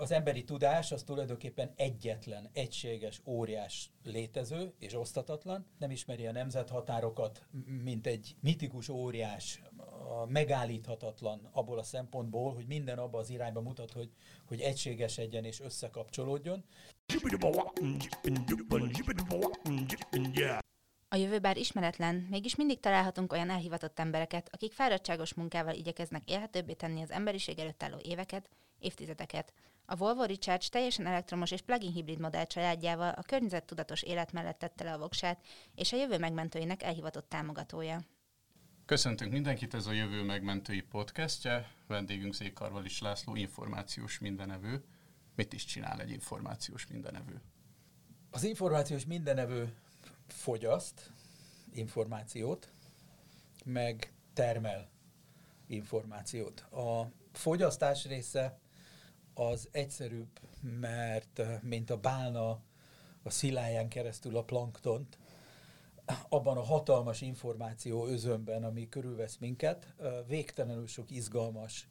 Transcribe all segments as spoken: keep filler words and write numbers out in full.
az emberi tudás az tulajdonképpen egyetlen, egységes, óriás létező és osztatatlan. Nem ismeri a nemzethatárokat, mint egy mitikus óriás, megállíthatatlan abból a szempontból, hogy minden abba az irányba mutat, hogy, hogy egységesedjen és összekapcsolódjon. A jövő bár ismeretlen, mégis mindig találhatunk olyan elhivatott embereket, akik fáradtságos munkával igyekeznek élhetőbbé tenni az emberiség előtt álló éveket, évtizedeket. A Volvo Recharge teljesen elektromos és plug-in hibrid modell családjával a környezettudatos élet mellett tette le a voksát, és a jövő megmentőinek elhivatott támogatója. Köszöntünk mindenkit, ez a Jövő Megmentői podcastje. Vendégünk Zékarvalis László, információs mindenevő. Mit is csinál egy információs mindenevő? Az információs mindenevő fogyaszt információt, meg termel információt. A fogyasztás része az egyszerűbb, mert mint a bálna a sziláján keresztül a planktont, abban a hatalmas információ özönben, ami körülvesz minket, végtelenül sok izgalmas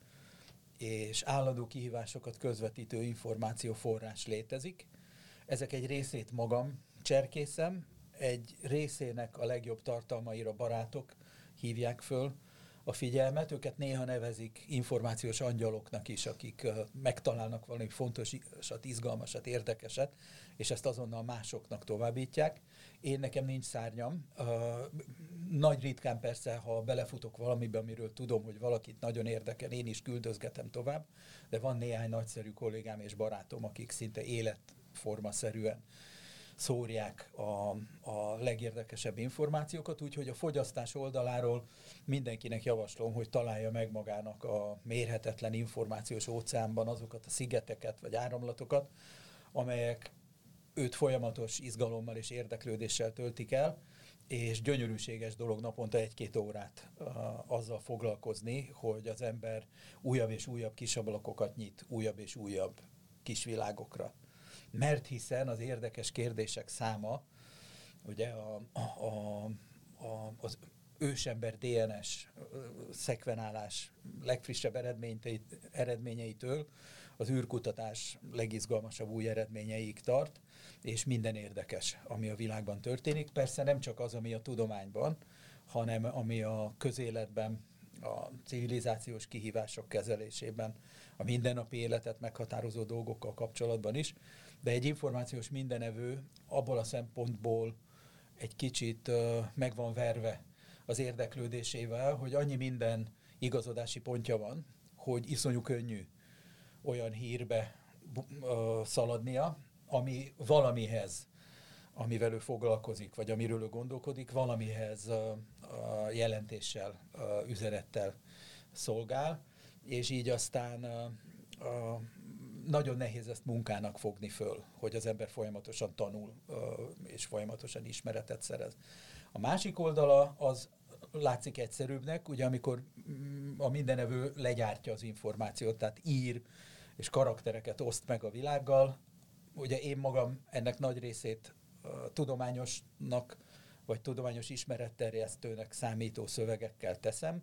és állandó kihívásokat közvetítő információforrás létezik. Ezek egy részét magam cserkészem, egy részének a legjobb tartalmaira barátok hívják föl a figyelmet. Őket néha nevezik információs angyaloknak is, akik megtalálnak valami fontosat, izgalmasat, érdekeset, és ezt azonnal másoknak továbbítják. Én nekem nincs szárnyam. Nagy ritkán persze, ha belefutok valamibe, amiről tudom, hogy valakit nagyon érdekel, én is küldözgetem tovább, de van néhány nagyszerű kollégám és barátom, akik szinte életformaszerűen szórják a, a legérdekesebb információkat, úgyhogy a fogyasztás oldaláról mindenkinek javaslom, hogy találja meg magának a mérhetetlen információs óceánban azokat a szigeteket vagy áramlatokat, amelyek őt folyamatos izgalommal és érdeklődéssel töltik el, és gyönyörűséges dolog naponta egy-két órát uh, azzal foglalkozni, hogy az ember újabb és újabb kisablakokat nyit, újabb és újabb kisvilágokra. Mert hiszen az érdekes kérdések száma, ugye a, a, a, a, az ősember dé en es szekvenálás legfrissebb eredményeitől az űrkutatás legizgalmasabb új eredményeig tart, és minden érdekes, ami a világban történik. Persze nem csak az, ami a tudományban, hanem ami a közéletben, a civilizációs kihívások kezelésében, a mindennapi életet meghatározó dolgokkal kapcsolatban is, de egy információs mindenevő abból a szempontból egy kicsit uh, meg van verve az érdeklődésével, hogy annyi minden igazodási pontja van, hogy iszonyú könnyű olyan hírbe uh, szaladnia, ami valamihez, amivel ő foglalkozik, vagy amiről ő gondolkodik, valamihez uh, uh, jelentéssel, uh, üzenettel szolgál, és így aztán uh, uh, nagyon nehéz ezt munkának fogni föl, hogy az ember folyamatosan tanul, uh, és folyamatosan ismeretet szerez. A másik oldala az látszik egyszerűbbnek, ugye amikor a mindenevő legyártja az információt, tehát ír és karaktereket oszt meg a világgal. Ugye én magam ennek nagy részét uh, tudományosnak, vagy tudományos ismeretterjesztőnek számító szövegekkel teszem,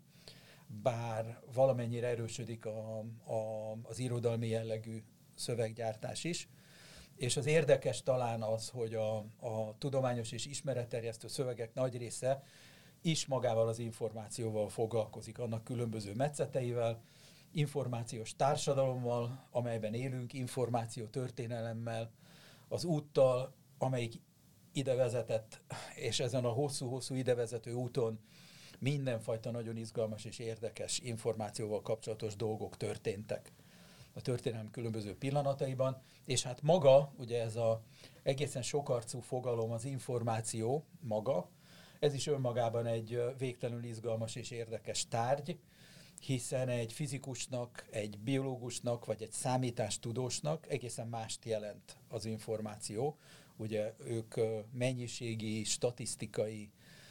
bár valamennyire erősödik a, a, az irodalmi jellegű szöveggyártás is, és az érdekes talán az, hogy a, a tudományos és ismeretterjesztő szövegek nagy része is magával az információval foglalkozik, annak különböző metszeteivel, információs társadalommal, amelyben élünk, információ történelemmel, az úttal, amelyik ide vezetett, és ezen a hosszú-hosszú idevezető úton mindenfajta nagyon izgalmas és érdekes információval kapcsolatos dolgok történtek a történelem különböző pillanataiban, és hát maga, ugye ez az egészen sokarcú fogalom, az információ maga, ez is önmagában egy végtelenül izgalmas és érdekes tárgy, hiszen egy fizikusnak, egy biológusnak, vagy egy számítástudósnak egészen mást jelent az információ. Ugye ők mennyiségi, statisztikai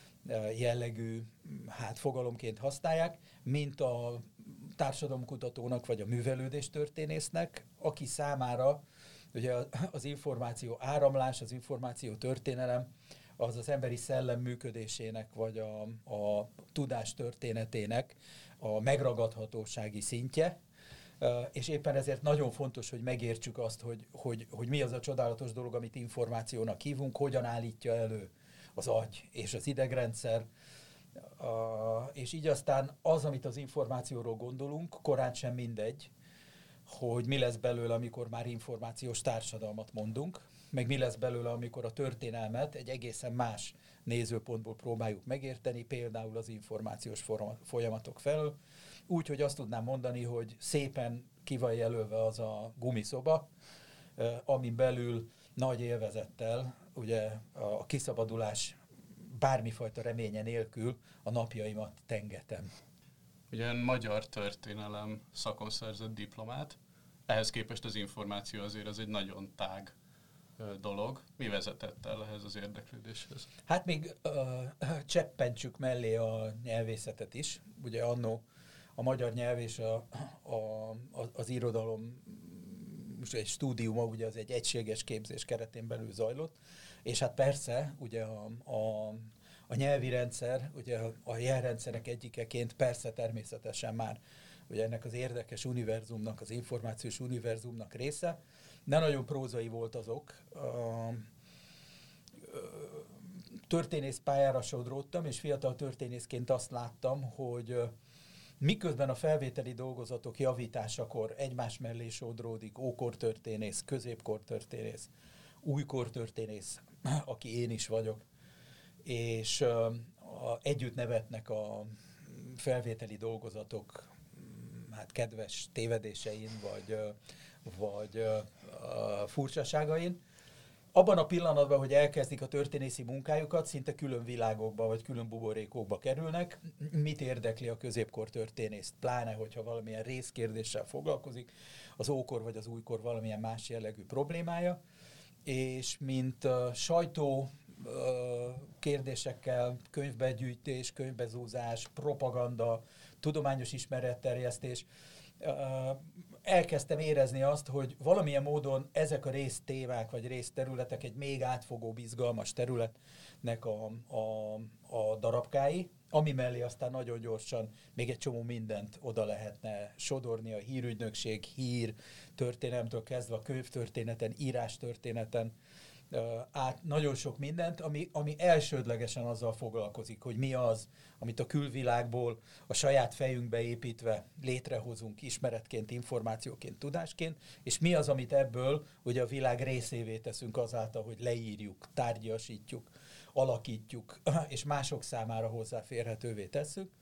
jellegű hát, fogalomként használják, mint a társadalomkutatónak, vagy a művelődéstörténésznek, aki számára ugye az információ áramlás, az információ történelem, az az emberi szellem működésének, vagy a, a tudás történetének a megragadhatósági szintje, És éppen ezért nagyon fontos, hogy megértsük azt, hogy, hogy, hogy mi az a csodálatos dolog, amit információnak hívunk, hogyan állítja elő az agy és az idegrendszer, és így aztán az, amit az információról gondolunk, korán sem mindegy, hogy mi lesz belőle, amikor már információs társadalmat mondunk, meg mi lesz belőle, amikor a történelmet egy egészen más nézőpontból próbáljuk megérteni, például az információs folyamatok felől. Úgy, hogy azt tudnám mondani, hogy szépen ki van jelölve az a gumiszoba, amin belül nagy élvezettel ugye a kiszabadulás bármifajta reménye nélkül a napjaimat tengetem. Ugye magyar történelem szakon szerzett diplomát, ehhez képest az információ azért az egy nagyon tág dolog. Mi vezetett el ehhez az érdeklődéshez? Hát még uh, cseppentsük mellé a nyelvészetet is. Ugye annó a magyar nyelv és a, a, az irodalom most egy stúdiuma, ugye az egy egységes képzés keretén belül zajlott, és hát persze ugye a, a, a nyelvi rendszer, ugye a jelrendszerek egyikeként persze természetesen már ugye ennek az érdekes univerzumnak, az információs univerzumnak része, de nagyon prózai volt azok. Történész pályára sodródtam, és fiatal történészként azt láttam, hogy miközben a felvételi dolgozatok javításakor egymás mellé sodródik ókortörténész, középkortörténész, újkortörténész, aki én is vagyok, és együtt nevetnek a felvételi dolgozatok hát kedves tévedésein, vagy, vagy uh, furcsaságain. Abban a pillanatban, hogy elkezdik a történészi munkájukat, szinte külön világokba, vagy külön buborékokba kerülnek. Mit érdekli a középkor történészt? Pláne, hogyha valamilyen részkérdéssel foglalkozik, az ókor vagy az újkor valamilyen más jellegű problémája. És mint uh, sajtó uh, kérdésekkel, könyvbegyűjtés, könyvbezúzás, propaganda, tudományos ismeretterjesztés, elkezdtem érezni azt, hogy valamilyen módon ezek a résztémák vagy részterületek egy még átfogóbb, izgalmas területnek a, a, a darabkái, ami mellé aztán nagyon gyorsan még egy csomó mindent oda lehetne sodorni, a hírügynökség, hír történelemtől kezdve a könyvtörténeten, írástörténeten, át nagyon sok mindent, ami, ami elsődlegesen azzal foglalkozik, hogy mi az, amit a külvilágból a saját fejünkbe építve létrehozunk ismeretként, információként, tudásként, és mi az, amit ebből ugye a világ részévé teszünk azáltal, hogy leírjuk, tárgyasítjuk, alakítjuk, és mások számára hozzáférhetővé tesszük.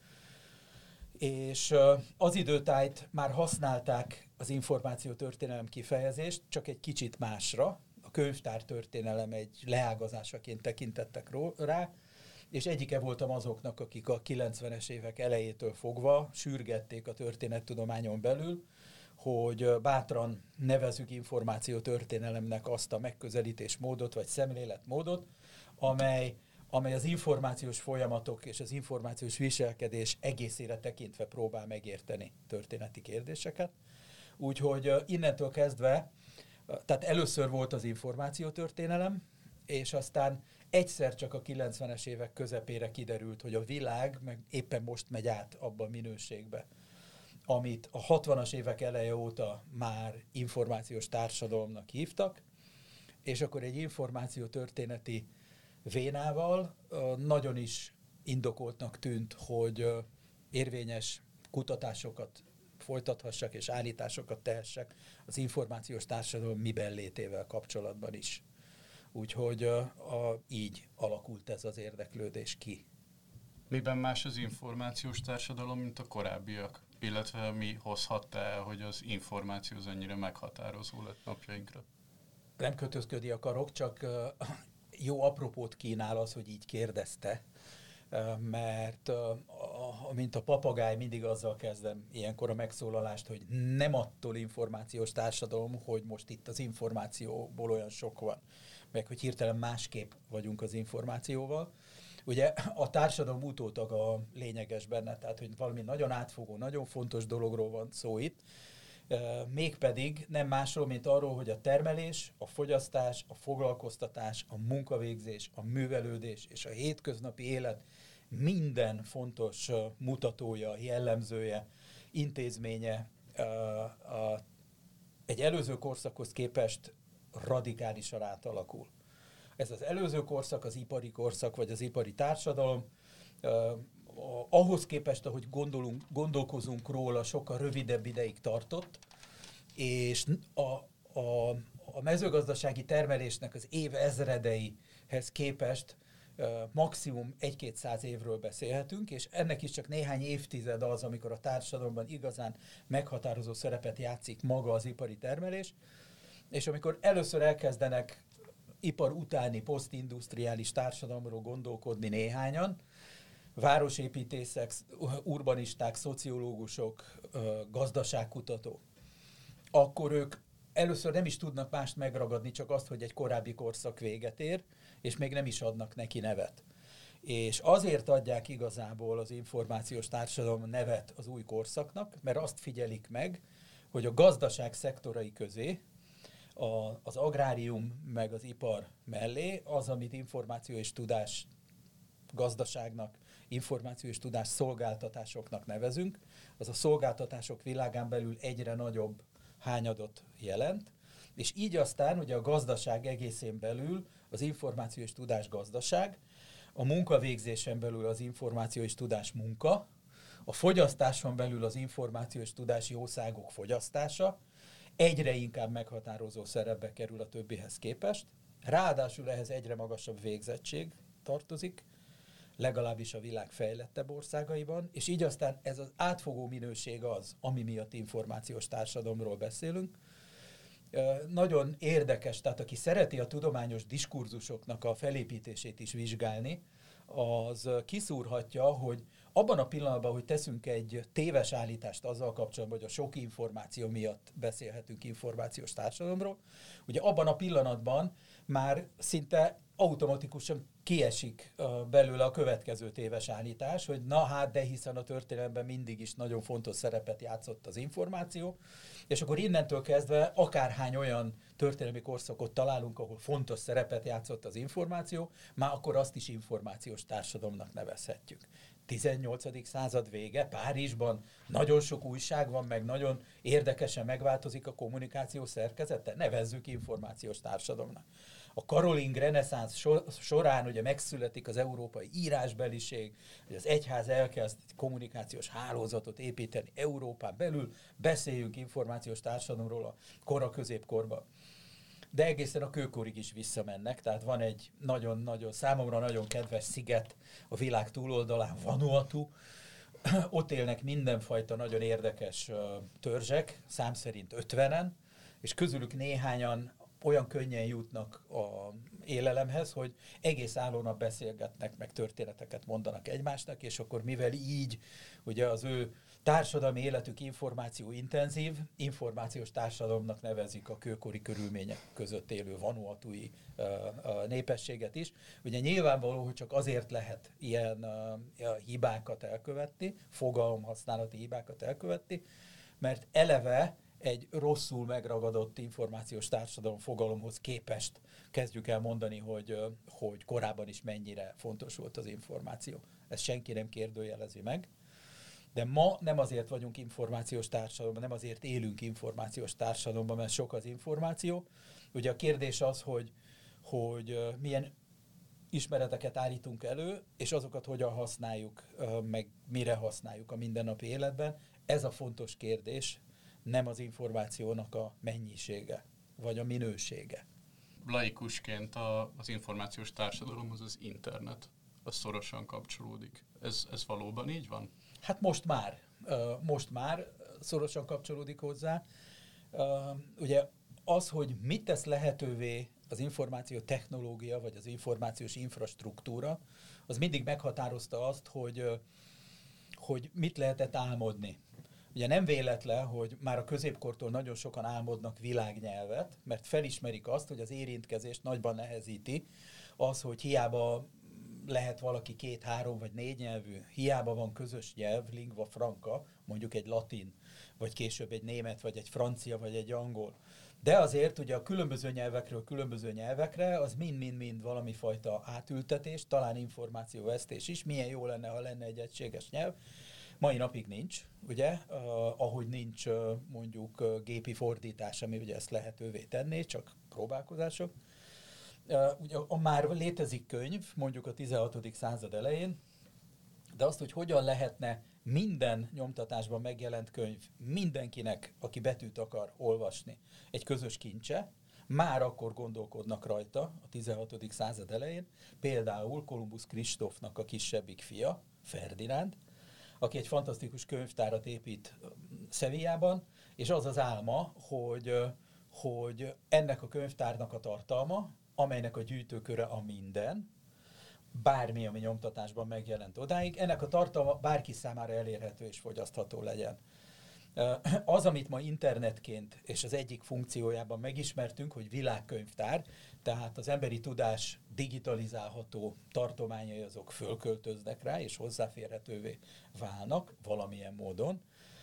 És az időtájt már használták az információtörténelem kifejezést, csak egy kicsit másra. A könyvtártörténelem egy leágazásaként tekintettek rá, és egyike voltam azoknak, akik a kilencvenes évek elejétől fogva sürgették a történettudományon belül, hogy bátran nevezzük információtörténelemnek azt a megközelítésmódot vagy szemléletmódot, amely, amely az információs folyamatok és az információs viselkedés egészére tekintve próbál megérteni történeti kérdéseket. Úgyhogy innentől kezdve, tehát először volt az információtörténelem, és aztán egyszer csak a kilencvenes évek közepére kiderült, hogy a világ meg éppen most megy át abba a minőségbe, amit a hatvanas évek eleje óta már információs társadalomnak hívtak, és akkor egy információtörténeti vénával nagyon is indokoltnak tűnt, hogy érvényes kutatásokat folytathassak és állításokat tehessek az információs társadalom miben létével kapcsolatban is. Úgyhogy a, a, így alakult ez az érdeklődés ki. Miben más az információs társadalom, mint a korábbiak? Illetve mi hozhatta el, hogy az információ az ennyire meghatározó lett napjainkra? Nem kötözködni akarok, csak jó apropót kínál az, hogy így kérdezte, mert mint a papagáj, mindig azzal kezdem ilyenkor a megszólalást, hogy nem attól információs társadalom, hogy most itt az információból olyan sok van, meg hogy hirtelen másképp vagyunk az információval. Ugye a társadalom utótaga lényeges benne, tehát hogy valami nagyon átfogó, nagyon fontos dologról van szó itt, mégpedig nem másról, mint arról, hogy a termelés, a fogyasztás, a foglalkoztatás, a munkavégzés, a művelődés és a hétköznapi élet minden fontos mutatója, jellemzője, intézménye a, egy előző korszakhoz képest radikálisan átalakul. Ez az előző korszak, az ipari korszak, vagy az ipari társadalom, ahhoz képest, ahogy gondolunk, gondolkozunk róla, sokkal rövidebb ideig tartott, és a, a, a mezőgazdasági termelésnek az évezredeihez képest maximum egy-kétszáz évről beszélhetünk, és ennek is csak néhány évtized az, amikor a társadalomban igazán meghatározó szerepet játszik maga az ipari termelés, és amikor először elkezdenek ipar utáni posztindustriális társadalomról gondolkodni néhányan, városépítészek, urbanisták, szociológusok, gazdaságkutatók, akkor ők először nem is tudnak mást megragadni, csak azt, hogy egy korábbi korszak véget ér, és még nem is adnak neki nevet. És azért adják igazából az információs társadalom nevet az új korszaknak, mert azt figyelik meg, hogy a gazdaság szektorai közé, a, az agrárium meg az ipar mellé az, amit információ és tudás gazdaságnak, információ és tudás szolgáltatásoknak nevezünk, az a szolgáltatások világán belül egyre nagyobb hányadot jelent, és így aztán ugye a gazdaság egészén belül az információ és tudás gazdaság, a munkavégzésen belül az információ és tudás munka, a fogyasztáson belül az információ és tudás jószágok fogyasztása egyre inkább meghatározó szerepbe kerül a többihez képest, ráadásul ehhez egyre magasabb végzettség tartozik, legalábbis a világ fejlettebb országaiban, és így aztán ez az átfogó minőség az, ami miatt információs társadalomról beszélünk. Nagyon érdekes, tehát aki szereti a tudományos diskurzusoknak a felépítését is vizsgálni, az kiszúrhatja, hogy abban a pillanatban, hogy teszünk egy téves állítást azzal kapcsolatban, hogy a sok információ miatt beszélhetünk információs társadalomról, ugye abban a pillanatban már szinte automatikusan kiesik uh, belőle a következő téves állítás, hogy na hát, de hiszen a történelemben mindig is nagyon fontos szerepet játszott az információ, és akkor innentől kezdve akárhány olyan történelmi korszakot találunk, ahol fontos szerepet játszott az információ, már akkor azt is információs társadalomnak nevezhetjük. tizennyolcadik század vége, Párizsban nagyon sok újság van, meg nagyon érdekesen megváltozik a kommunikáció szerkezete, nevezzük információs társadalomnak. A karoling reneszánsz során ugye megszületik az európai írásbeliség, hogy az egyház elkezd kommunikációs hálózatot építeni Európán belül, beszéljünk információs társadalomról a kora középkorban. De egészen a kőkorig is visszamennek, tehát van egy nagyon-nagyon, számomra nagyon kedves sziget a világ túloldalán, Vanuatu. Ott élnek mindenfajta nagyon érdekes törzsek, szám szerint ötvenen, és közülük néhányan olyan könnyen jutnak a élelemhez, hogy egész álló nap beszélgetnek, meg történeteket mondanak egymásnak, és akkor mivel így ugye az ő társadalmi életük információ intenzív, információs társadalomnak nevezik a kőkori körülmények között élő vanuatui uh, uh, népességet is. Ugye nyilvánvaló, hogy csak azért lehet ilyen uh, hibákat elkövetni, fogalomhasználati hibákat elkövetni, mert eleve egy rosszul megragadott információs társadalom fogalomhoz képest kezdjük el mondani, hogy, hogy korábban is mennyire fontos volt az információ. Ezt senki nem kérdőjelezi meg. De ma nem azért vagyunk információs társadalomban, nem azért élünk információs társadalomban, mert sok az információ. Ugye a kérdés az, hogy, hogy milyen ismereteket állítunk elő, és azokat hogyan használjuk, meg mire használjuk a mindennapi életben. Ez a fontos kérdés, nem az információnak a mennyisége, vagy a minősége. Laikusként a, az információs társadalomhoz az internet, az szorosan kapcsolódik. Ez, ez valóban így van? Hát most már, most már szorosan kapcsolódik hozzá. Ugye az, hogy mit tesz lehetővé az információ technológia, vagy az információs infrastruktúra, az mindig meghatározta azt, hogy, hogy mit lehetett álmodni. Ugye nem véletlen, hogy már a középkortól nagyon sokan álmodnak világnyelvet, mert felismerik azt, hogy az érintkezést nagyban nehezíti az, hogy hiába lehet valaki két, három vagy négy nyelvű, hiába van közös nyelv, lingua franca, mondjuk egy latin, vagy később egy német, vagy egy francia, vagy egy angol. De azért ugye a különböző nyelvekről különböző nyelvekre az mind-mind-mind valami fajta átültetés, talán információvesztés is, milyen jó lenne, ha lenne egy egységes nyelv. Mai napig nincs, ugye, uh, ahogy nincs uh, mondjuk uh, gépi fordítás, ami ugye ezt lehetővé tenné, csak próbálkozások. Uh, ugye a már létezik könyv, mondjuk a tizenhatodik század elején, de azt, hogy hogyan lehetne minden nyomtatásban megjelent könyv mindenkinek, aki betűt akar olvasni, egy közös kincse, már akkor gondolkodnak rajta a tizenhatodik század elején, például Kolumbusz Kristófnak a kisebbik fia, Ferdinánd, aki egy fantasztikus könyvtárat épít Sevillában, és az az álma, hogy, hogy ennek a könyvtárnak a tartalma, amelynek a gyűjtőköre a minden, bármi, ami nyomtatásban megjelent odáig, ennek a tartalma bárki számára elérhető és fogyasztható legyen. Az, amit ma internetként és az egyik funkciójában megismertünk, hogy világkönyvtár, tehát az emberi tudás digitalizálható tartományai azok fölköltöznek rá, és hozzáférhetővé válnak valamilyen módon.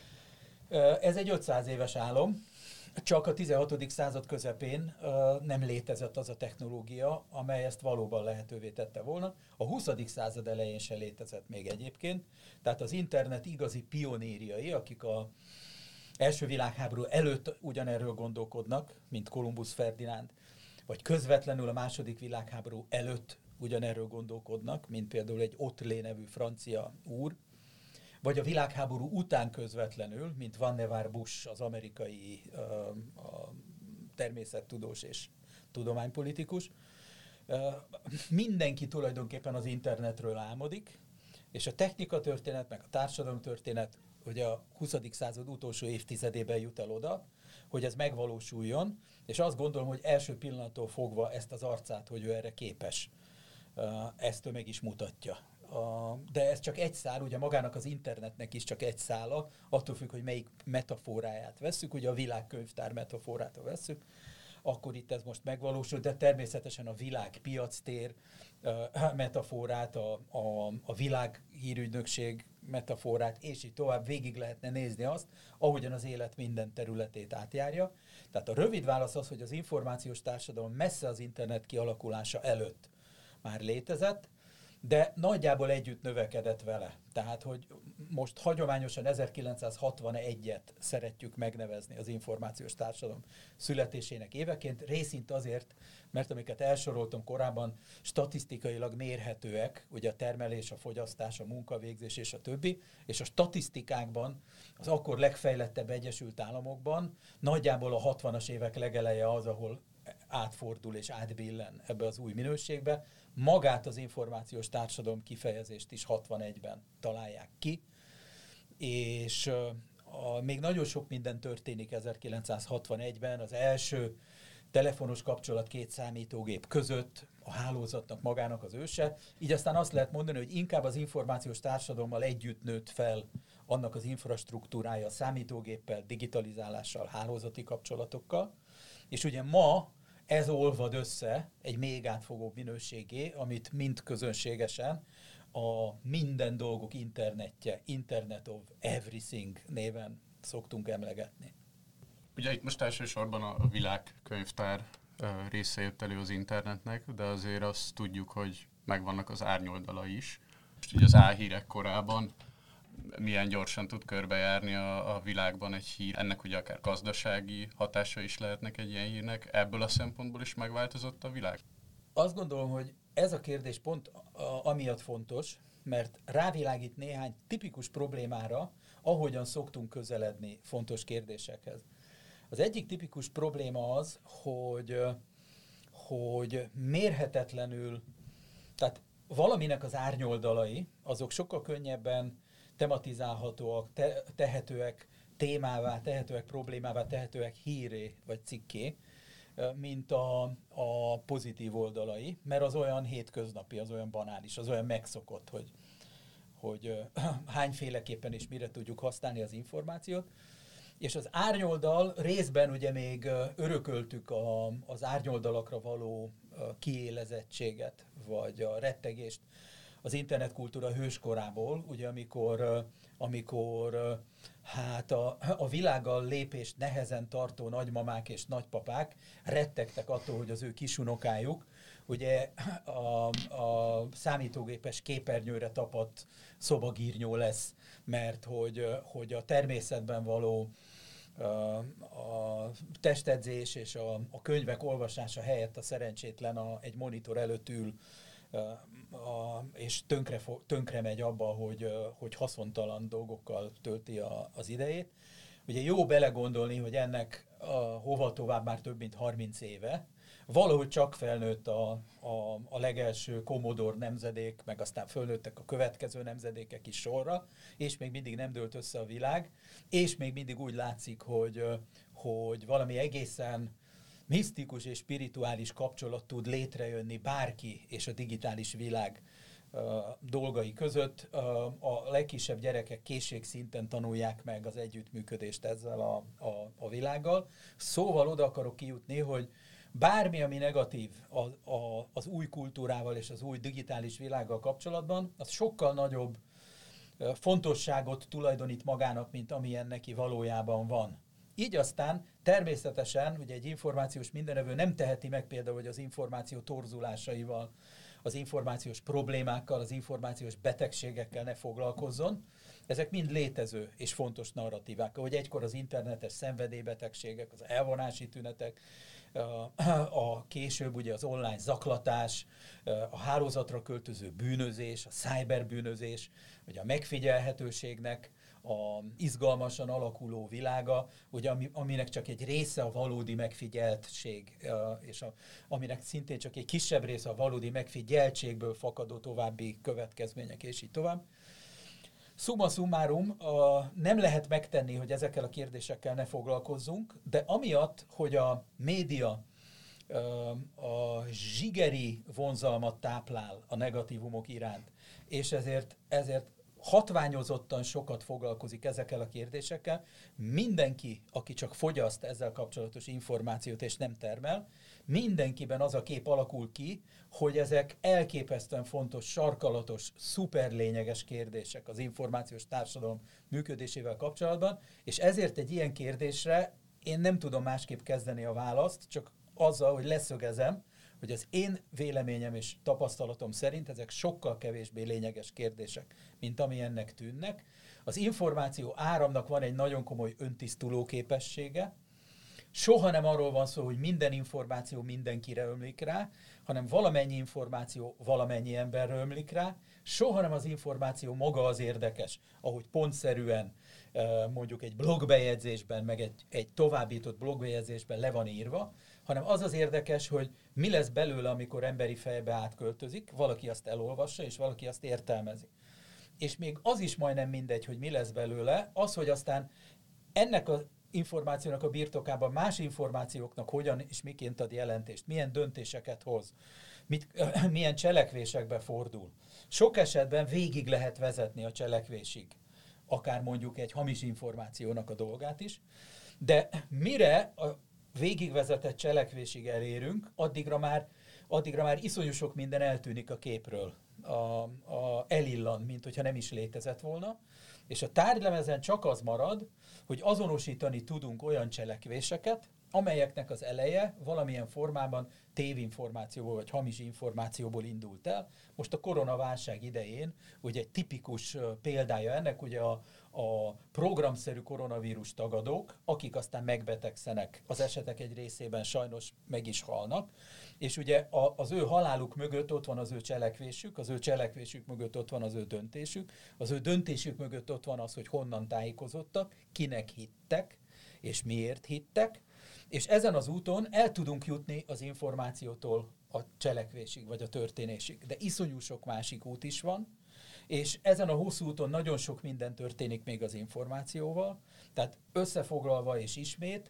Ez egy ötszáz éves álom, csak a tizenhatodik század közepén uh, nem létezett az a technológia, amely ezt valóban lehetővé tette volna. A huszadik század elején se létezett még egyébként, tehát az internet igazi pionériai, akik a első világháború előtt ugyanerről gondolkodnak, mint Kolumbusz Ferdinánd, vagy közvetlenül a második világháború előtt ugyanerről gondolkodnak, mint például egy Otlé nevű francia úr, vagy a világháború után közvetlenül, mint Vannevar Bush, az amerikai uh, a természettudós és tudománypolitikus. Uh, mindenki tulajdonképpen az internetről álmodik, és a technikatörténet, meg a társadalomtörténet ugye a huszadik század utolsó évtizedében jut el oda, hogy ez megvalósuljon, és azt gondolom, hogy első pillanattól fogva ezt az arcát, hogy ő erre képes, uh, ezt ő meg is mutatja. A, de ez csak egy szál, ugye magának az internetnek is csak egy szála, attól függ, hogy melyik metaforáját vesszük, ugye a világkönyvtár metaforát vesszük, akkor itt ez most megvalósul, de természetesen a világpiactér uh, metaforát, a, a, a világhírügynökség metaforát, és így tovább végig lehetne nézni azt, ahogyan az élet minden területét átjárja. Tehát a rövid válasz az, hogy az információs társadalom messze az internet kialakulása előtt már létezett, de nagyjából együtt növekedett vele. Tehát, hogy most hagyományosan ezerkilencszázhatvanegyet szeretjük megnevezni az információs társadalom születésének éveként, részint azért, mert amiket elsoroltam korábban, statisztikailag mérhetőek, ugye a termelés, a fogyasztás, a munkavégzés és a többi, és a statisztikákban, az akkor legfejlettebb Egyesült Államokban nagyjából a hatvanas évek legeleje az, ahol átfordul és átbillen ebbe az új minőségbe. Magát az információs társadalom kifejezést is hatvanegyben találják ki, és a, még nagyon sok minden történik ezerkilencszázhatvanegyben, az első telefonos kapcsolat két számítógép között, a hálózatnak magának az őse, így aztán azt lehet mondani, hogy inkább az információs társadalommal együtt nőtt fel annak az infrastruktúrája, számítógéppel, digitalizálással, hálózati kapcsolatokkal, és ugye ma ez olvad össze egy még átfogóbb minőségé, amit mind közönségesen a minden dolgok internetje, Internet of Everything néven szoktunk emlegetni. Ugye itt most elsősorban a világkönyvtár része jött elő az internetnek, de azért azt tudjuk, hogy megvannak az árnyoldala is. Most ugye az álhírek korában milyen gyorsan tud körbejárni a, a világban egy hír. Ennek ugye akár gazdasági hatása is lehetnek egy ilyen hírnek. Ebből a szempontból is megváltozott a világ? Azt gondolom, hogy ez a kérdés pont amiatt fontos, mert rávilágít néhány tipikus problémára, ahogyan szoktunk közeledni fontos kérdésekhez. Az egyik tipikus probléma az, hogy, hogy mérhetetlenül, tehát valaminek az árnyoldalai, azok sokkal könnyebben tematizálhatóak, te, tehetőek témává, tehetőek problémává, tehetőek híré vagy cikké, mint a, a pozitív oldalai, mert az olyan hétköznapi, az olyan banális, az olyan megszokott, hogy, hogy hányféleképpen és mire tudjuk használni az információt. És az árnyoldal részben ugye még örököltük a, az árnyoldalakra való kiélezettséget, vagy a rettegést az internetkultúra hőskorából, ugye amikor, amikor hát a, a világgal lépést nehezen tartó nagymamák és nagypapák rettegtek attól, hogy az ő kisunokájuk ugye a, a számítógépes képernyőre tapadt szobagírnyó lesz, mert hogy, hogy a természetben való a testedzés és a, a könyvek olvasása helyett a szerencsétlen a, egy monitor előtt ül, a, a, és tönkre, tönkre megy abba, hogy, hogy haszontalan dolgokkal tölti a, az idejét. Ugye jó belegondolni, hogy ennek a, hova tovább már több mint harminc éve, valahogy csak felnőtt a, a, a legelső Commodore nemzedék, meg aztán fölnőttek a következő nemzedékek is sorra, és még mindig nem dőlt össze a világ, és még mindig úgy látszik, hogy, hogy valami egészen misztikus és spirituális kapcsolat tud létrejönni bárki és a digitális világ uh, dolgai között. Uh, a legkisebb gyerekek készségszinten tanulják meg az együttműködést ezzel a, a, a világgal. Szóval oda akarok kijutni, hogy bármi, ami negatív a, a, az új kultúrával és az új digitális világgal kapcsolatban, az sokkal nagyobb uh, fontosságot tulajdonít magának, mint amilyen neki valójában van. Így aztán természetesen, ugye egy információs mindenevő nem teheti meg például, hogy az információ torzulásaival, az információs problémákkal, az információs betegségekkel ne foglalkozzon. Ezek mind létező és fontos narratívák. Ahogy egykor az internetes szenvedélybetegségek, az elvonási tünetek, a később ugye az online zaklatás, a hálózatra költöző bűnözés, a cyberbűnözés, ugye a megfigyelhetőségnek a izgalmasan alakuló világa, ugye, ami, aminek csak egy része a valódi megfigyeltség, és a, aminek szintén csak egy kisebb része a valódi megfigyeltségből fakadó további következmények, és így tovább. Summa summarum, a, nem lehet megtenni, hogy ezekkel a kérdésekkel ne foglalkozzunk, de amiatt, hogy a média a zsigeri vonzalmat táplál a negatívumok iránt, és ezért, ezért hatványozottan sokat foglalkozik ezekkel a kérdésekkel. Mindenki, aki csak fogyaszt ezzel kapcsolatos információt és nem termel, mindenkiben az a kép alakul ki, hogy ezek elképesztően fontos, sarkalatos, szuperlényeges kérdések az információs társadalom működésével kapcsolatban, és ezért egy ilyen kérdésre én nem tudom másképp kezdeni a választ, csak azzal, hogy leszögezem, hogy az én véleményem és tapasztalatom szerint ezek sokkal kevésbé lényeges kérdések, mint ami ennek tűnnek. Az információ áramnak van egy nagyon komoly öntisztuló képessége. Soha nem arról van szó, hogy minden információ mindenkire ömlik rá, hanem valamennyi információ valamennyi emberre ömlik rá. Soha nem az információ maga az érdekes, ahogy pontszerűen mondjuk egy blogbejegyzésben, meg egy, egy továbbított blogbejegyzésben le van írva, hanem az az érdekes, hogy mi lesz belőle, amikor emberi fejbe átköltözik, valaki azt elolvassa, és valaki azt értelmezi. És még az is majdnem mindegy, hogy mi lesz belőle, az, hogy aztán ennek az információnak a birtokában más információknak hogyan és miként ad jelentést, milyen döntéseket hoz, mit, milyen cselekvésekbe fordul. Sok esetben végig lehet vezetni a cselekvésig, akár mondjuk egy hamis információnak a dolgát is, de mire a végigvezetett cselekvésig elérünk, addigra már, addigra már iszonyú sok minden eltűnik a képről, a, a, elillan, mint hogyha nem is létezett volna, és a tárgylemezen csak az marad, hogy azonosítani tudunk olyan cselekvéseket, amelyeknek az eleje valamilyen formában tévinformációból vagy hamis információból indult el. Most a koronaválság idején ugye egy tipikus példája ennek ugye a, a programszerű koronavírus tagadók, akik aztán megbetegszenek, az esetek egy részében sajnos meg is halnak, és ugye a, az ő haláluk mögött ott van az ő cselekvésük, az ő cselekvésük mögött ott van az ő döntésük, az ő döntésük mögött ott van az, hogy honnan tájékozottak, kinek hittek, és miért hittek, és ezen az úton el tudunk jutni az információtól a cselekvésig, vagy a történésig. De iszonyú sok másik út is van, és ezen a hosszú úton nagyon sok minden történik még az információval, tehát összefoglalva és ismét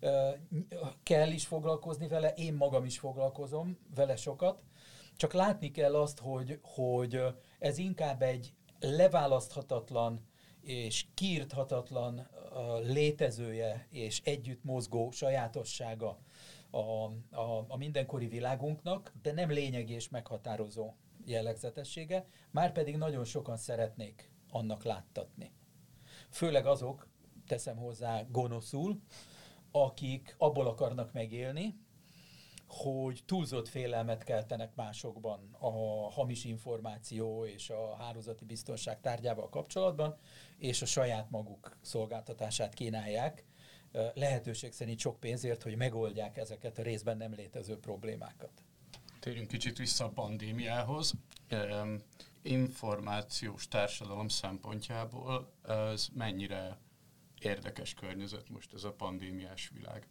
kell is foglalkozni vele, én magam is foglalkozom vele sokat, csak látni kell azt, hogy, hogy ez inkább egy leválaszthatatlan és kiirthatatlan uh, létezője és együtt mozgó sajátossága a, a, a mindenkori világunknak, de nem lényegi és meghatározó jellegzetessége, már pedig nagyon sokan szeretnék annak láttatni. Főleg azok, teszem hozzá gonoszul, akik abból akarnak megélni, hogy túlzott félelmet keltenek másokban a hamis információ és a hálózati biztonság tárgyával kapcsolatban, és a saját maguk szolgáltatását kínálják lehetőség szerint sok pénzért, hogy megoldják ezeket a részben nem létező problémákat. Térjünk kicsit vissza a pandémiához. Um, információs társadalom szempontjából ez mennyire érdekes környezet most ez a pandémiás világ?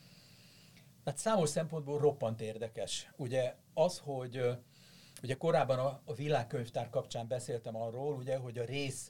Hát számos szempontból roppant érdekes. Ugye az, hogy ugye korábban a, a világkönyvtár kapcsán beszéltem arról, ugye, hogy a rész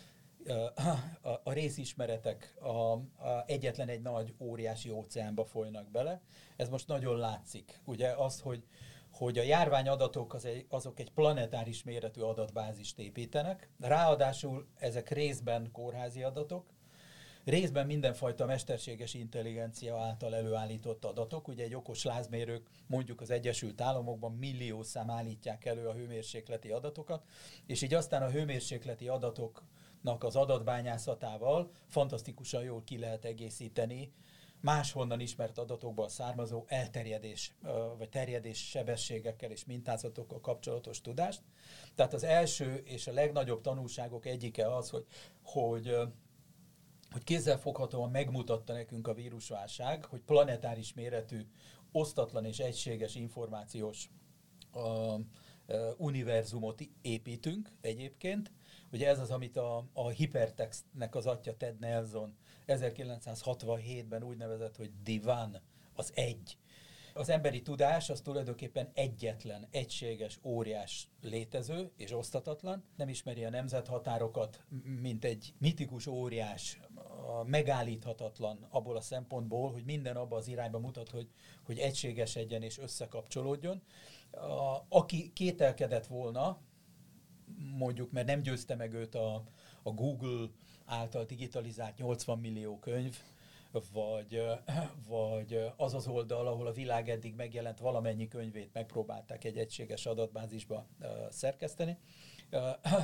a, a részismeretek a, a egyetlen egy nagy óriási óceánba folynak bele. Ez most nagyon látszik. Ugye az, hogy, hogy a járványadatok az egy, azok egy planetáris méretű adatbázist építenek. Ráadásul ezek részben kórházi adatok, részben mindenfajta mesterséges intelligencia által előállított adatok. Ugye egy okos lázmérők mondjuk az Egyesült Államokban millió szám állítják elő a hőmérsékleti adatokat, és így aztán a hőmérsékleti adatoknak az adatbányászatával fantasztikusan jól ki lehet egészíteni máshonnan ismert adatokból származó elterjedés, vagy terjedés sebességekkel és mintázatokkal kapcsolatos tudást. Tehát az első és a legnagyobb tanulságok egyike az, hogy, hogy hogy kézzelfoghatóan megmutatta nekünk a vírusválság, hogy planetáris méretű, osztatlan és egységes információs uh, uh, univerzumot építünk egyébként. Ugye ez az, amit a, a hipertextnek az atya Ted Nelson ezerkilencszázhatvanhétben úgy nevezett, hogy Divan, az egy. Az emberi tudás az tulajdonképpen egyetlen, egységes, óriás létező és osztatatlan. Nem ismeri a nemzethatárokat, mint egy mitikus óriás, megállíthatatlan abból a szempontból, hogy minden abba az irányba mutat, hogy, hogy egységesedjen és összekapcsolódjon. A, aki kételkedett volna, mondjuk, mert nem győzte meg őt a, a Google által digitalizált nyolcvan millió könyv, vagy, vagy az az oldal, ahol a világ eddig megjelent valamennyi könyvét megpróbálták egy egységes adatbázisba uh, szerkeszteni, uh,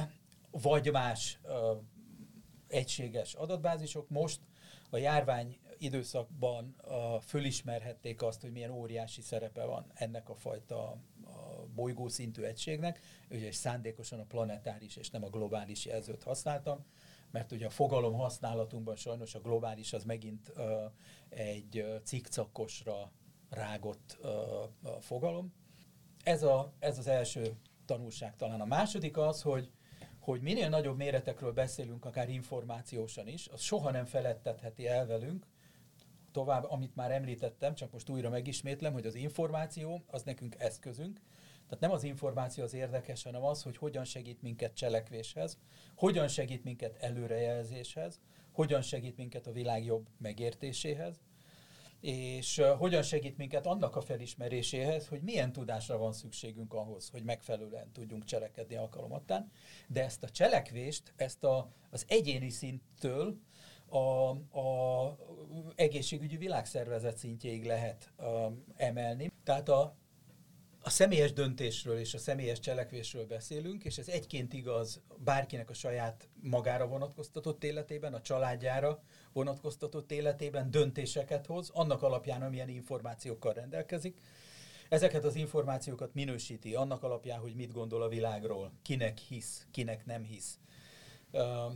vagy más uh, egységes adatbázisok. Most a járvány időszakban uh, fölismerhették azt, hogy milyen óriási szerepe van ennek a fajta a bolygószintű egységnek, és szándékosan a planetáris és nem a globális jelzőt használtam, mert ugye a fogalom használatunkban sajnos a globális az megint uh, egy uh, cikcakosra rágott uh, fogalom. Ez, a, ez az első tanulság talán. A második az, hogy, hogy minél nagyobb méretekről beszélünk, akár információsan is, az soha nem felettetheti el velünk, tovább, amit már említettem, csak most újra megismétlem, hogy az információ az nekünk eszközünk. Tehát nem az információ az érdekes, hanem az, hogy hogyan segít minket cselekvéshez, hogyan segít minket előrejelzéshez, hogyan segít minket a világ jobb megértéséhez, és uh, hogyan segít minket annak a felismeréséhez, hogy milyen tudásra van szükségünk ahhoz, hogy megfelelően tudjunk cselekedni alkalomattán. De ezt a cselekvést, ezt a, az egyéni szinttől a, a egészségügyi világszervezet szintjéig lehet um, emelni. Tehát a A személyes döntésről és a személyes cselekvésről beszélünk, és ez egyként igaz bárkinek a saját magára vonatkoztatott életében, a családjára vonatkoztatott életében döntéseket hoz, annak alapján, amilyen információkkal rendelkezik. Ezeket az információkat minősíti annak alapján, hogy mit gondol a világról, kinek hisz, kinek nem hisz. Uh, uh,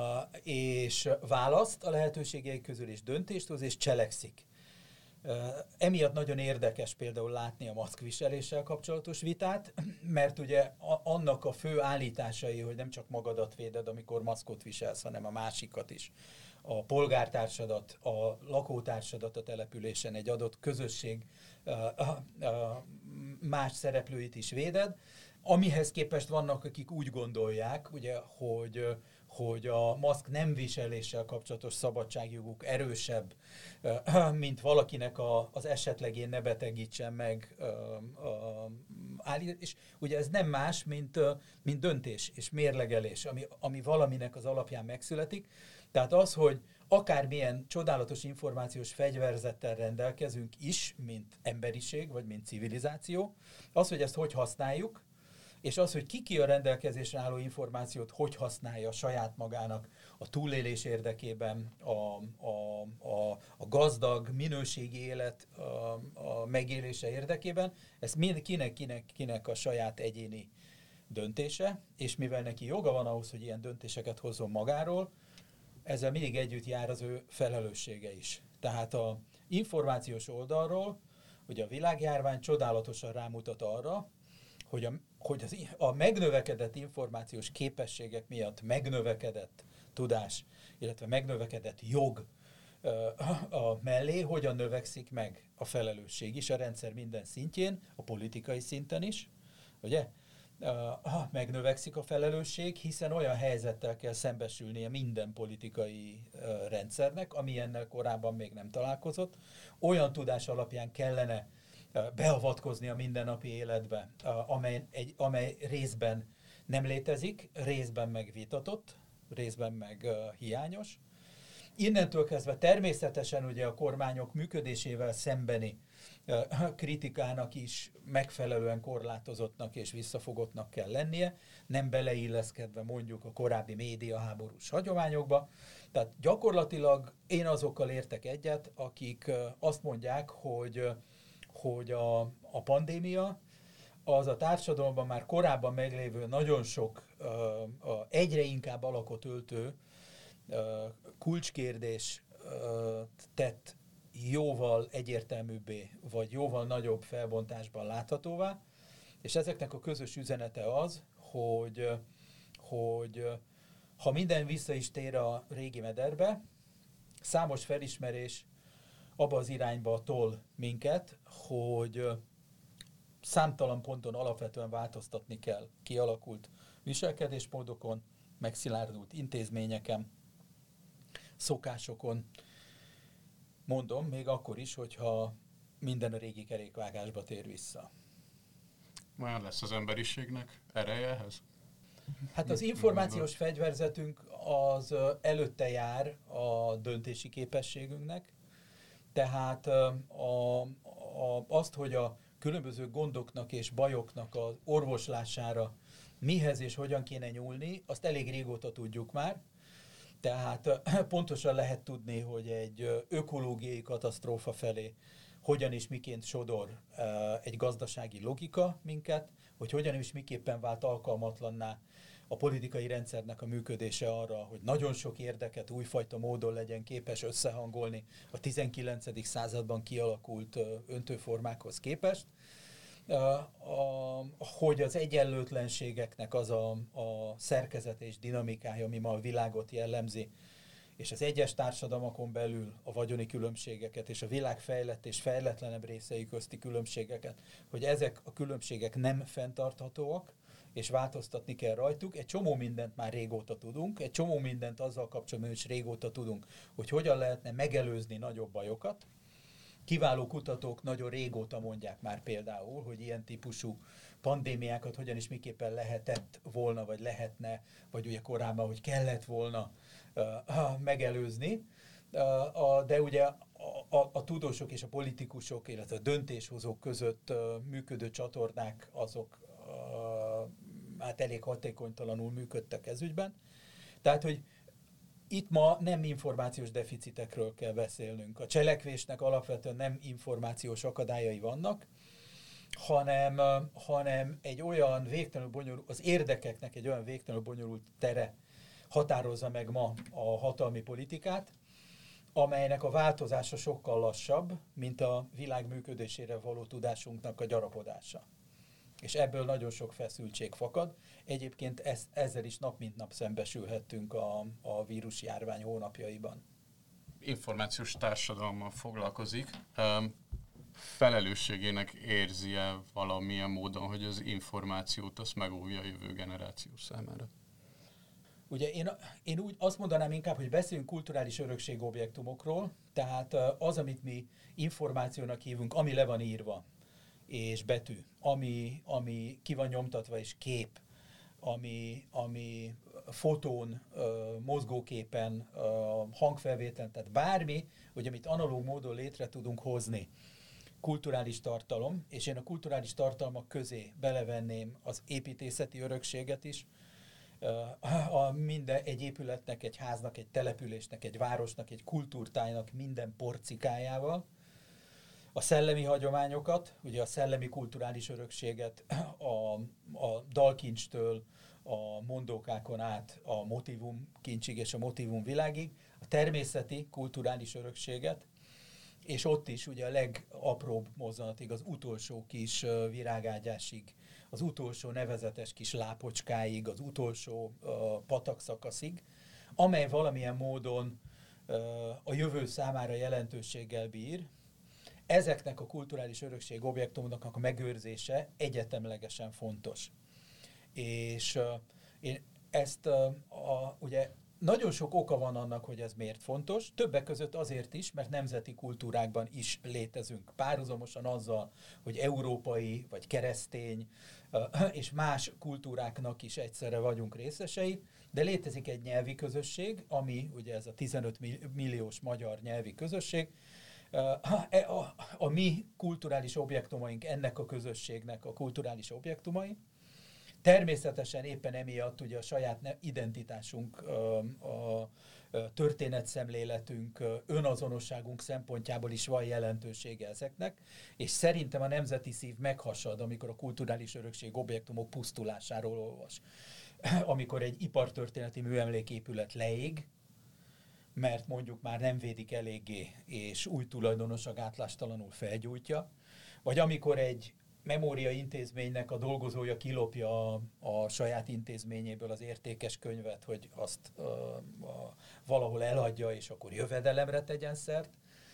és választ a lehetőségei közül, és döntést hoz, és cselekszik. Uh, emiatt nagyon érdekes például látni a maszkviseléssel kapcsolatos vitát, mert ugye a, annak a fő állításai, hogy nem csak magadat véded, amikor maszkot viselsz, hanem a másikat is. A polgártársadat, a lakótársadat a településen, egy adott közösség uh, uh, uh, más szereplőit is véded, amihez képest vannak, akik úgy gondolják, ugye, hogy, hogy a maszk nem viseléssel kapcsolatos szabadságjoguk erősebb, mint valakinek a, az esetleg én ne betegítsen meg állít. És ugye ez nem más, mint, mint döntés és mérlegelés, ami, ami valaminek az alapján megszületik. Tehát az, hogy akármilyen csodálatos információs fegyverzettel rendelkezünk is, mint emberiség, vagy mint civilizáció, az, hogy ezt hogy használjuk, és az, hogy ki ki a rendelkezésre álló információt, hogy használja saját magának a túlélés érdekében, a, a, a, a gazdag, minőségi élet a, a megélése érdekében, ez kinek, kinek, kinek a saját egyéni döntése, és mivel neki joga van ahhoz, hogy ilyen döntéseket hozzon magáról, ezzel mindig együtt jár az ő felelőssége is. Tehát a információs oldalról, ugye a világjárvány csodálatosan rámutat arra, hogy a, hogy az, a megnövekedett információs képességek miatt megnövekedett tudás, illetve megnövekedett jog a mellé, hogyan növekszik meg a felelősség is a rendszer minden szintjén, a politikai szinten is, ugye? Megnövekszik a felelősség, hiszen olyan helyzettel kell szembesülnie minden politikai rendszernek, ami ennél korábban még nem találkozott. Olyan tudás alapján kellene beavatkozni a mindennapi életbe, amely, egy, amely részben nem létezik, részben meg vitatott, részben meg uh, hiányos. Innentől kezdve természetesen ugye a kormányok működésével szembeni uh, kritikának is megfelelően korlátozottnak és visszafogottnak kell lennie, nem beleilleszkedve mondjuk a korábbi médiaháborús hagyományokba. Tehát gyakorlatilag én azokkal értek egyet, akik uh, azt mondják, hogy uh, hogy a, a pandémia az a társadalomban már korábban meglévő nagyon sok uh, uh, egyre inkább alakot öltő uh, kulcskérdés uh, tett jóval egyértelműbbé, vagy jóval nagyobb felbontásban láthatóvá, és ezeknek a közös üzenete az, hogy, hogy ha minden vissza is tér a régi mederbe, számos felismerés abba az irányba tol minket, hogy számtalan ponton alapvetően változtatni kell kialakult viselkedésmódokon, megszilárdult intézményeken, szokásokon. Mondom, még akkor is, hogyha minden a régi kerékvágásba tér vissza. Már lesz az emberiségnek ereje ehhez? Hát az információs fegyverzetünk az előtte jár a döntési képességünknek, tehát a, a, azt, hogy a különböző gondoknak és bajoknak az orvoslására mihez és hogyan kéne nyúlni, azt elég régóta tudjuk már. Tehát pontosan lehet tudni, hogy egy ökológiai katasztrófa felé hogyan és miként sodor egy gazdasági logika minket, hogy hogyan és miképpen vált alkalmatlanná a politikai rendszernek a működése arra, hogy nagyon sok érdeket újfajta módon legyen képes összehangolni a tizenkilencedik században kialakult öntőformákhoz képest, hogy az egyenlőtlenségeknek az a, a szerkezet és dinamikája, ami ma a világot jellemzi, és az egyes társadalmakon belül a vagyoni különbségeket és a világ fejlett és fejletlenebb részei közti különbségeket, hogy ezek a különbségek nem fenntarthatóak, és változtatni kell rajtuk. Egy csomó mindent már régóta tudunk, egy csomó mindent azzal kapcsolatban is régóta tudunk, hogy hogyan lehetne megelőzni nagyobb bajokat. Kiváló kutatók nagyon régóta mondják már például, hogy ilyen típusú pandémiákat hogyan is miképpen lehetett volna, vagy lehetne, vagy ugye korábban, hogy kellett volna uh, megelőzni. Uh, a, de ugye a, a, a tudósok és a politikusok, illetve a döntéshozók között uh, működő csatornák, azok uh, hát elég hatékonytalanul működtek ez ügyben. Tehát, hogy itt ma nem információs deficitekről kell beszélnünk. A cselekvésnek alapvetően nem információs akadályai vannak, hanem, hanem egy olyan végtelenül bonyolult, az érdekeknek egy olyan végtelenül bonyolult tere határozza meg ma a hatalmi politikát, amelynek a változása sokkal lassabb, mint a világ működésére való tudásunknak a gyarapodása. És ebből nagyon sok feszültség fakad. Egyébként ez, ezzel is nap mint nap szembesülhettünk a, a vírusjárvány hónapjaiban. Információs társadalommal foglalkozik. Um, felelősségének érzi-e valamilyen módon, hogy az információt azt megóvja a jövő generáció számára? Ugye én, én úgy azt mondanám inkább, hogy beszélünk kulturális örökségobjektumokról, tehát az, amit mi információnak hívunk, ami le van írva, és betű, ami, ami ki van nyomtatva, és kép, ami, ami fotón, mozgóképen, hangfelvételen, tehát bármi, hogy amit analóg módon létre tudunk hozni, kulturális tartalom, és én a kulturális tartalmak közé belevenném az építészeti örökséget is, a minden, egy épületnek, egy háznak, egy településnek, egy városnak, egy kultúrtájnak minden porcikájával, a szellemi hagyományokat, ugye a szellemi kulturális örökséget a, a dalkincstől a mondókákon át a motivum kincsig és a motivum világig, a természeti kulturális örökséget, és ott is ugye a legapróbb mozzanatig, az utolsó kis virágágyásig, az utolsó nevezetes kis lápocskáig, az utolsó uh, patakszakaszig, amely valamilyen módon uh, a jövő számára jelentőséggel bír. Ezeknek a kulturális örökség objektumoknak a megőrzése egyetemlegesen fontos. És uh, én ezt uh, a, ugye nagyon sok oka van annak, hogy ez miért fontos, többek között azért is, mert nemzeti kultúrákban is létezünk. Párhuzamosan azzal, hogy európai vagy keresztény és más kultúráknak is egyszerre vagyunk részesei, de létezik egy nyelvi közösség, ami ugye ez a tizenöt milliós magyar nyelvi közösség. A, a, a mi kulturális objektumaink ennek a közösségnek a kulturális objektumai. Természetesen éppen emiatt ugye a saját identitásunk, a történetszemléletünk, önazonosságunk szempontjából is van jelentősége ezeknek, és szerintem a nemzeti szív meghasad, amikor a kulturális örökség objektumok pusztulásáról olvas. Amikor egy ipartörténeti műemléképület leég, mert mondjuk már nem védik eléggé, és új tulajdonosa gátlástalanul felgyújtja, vagy amikor egy memória intézménynek a dolgozója kilopja a, a saját intézményéből az értékes könyvet, hogy azt uh, uh, valahol eladja, és akkor jövedelemre tegyen szert.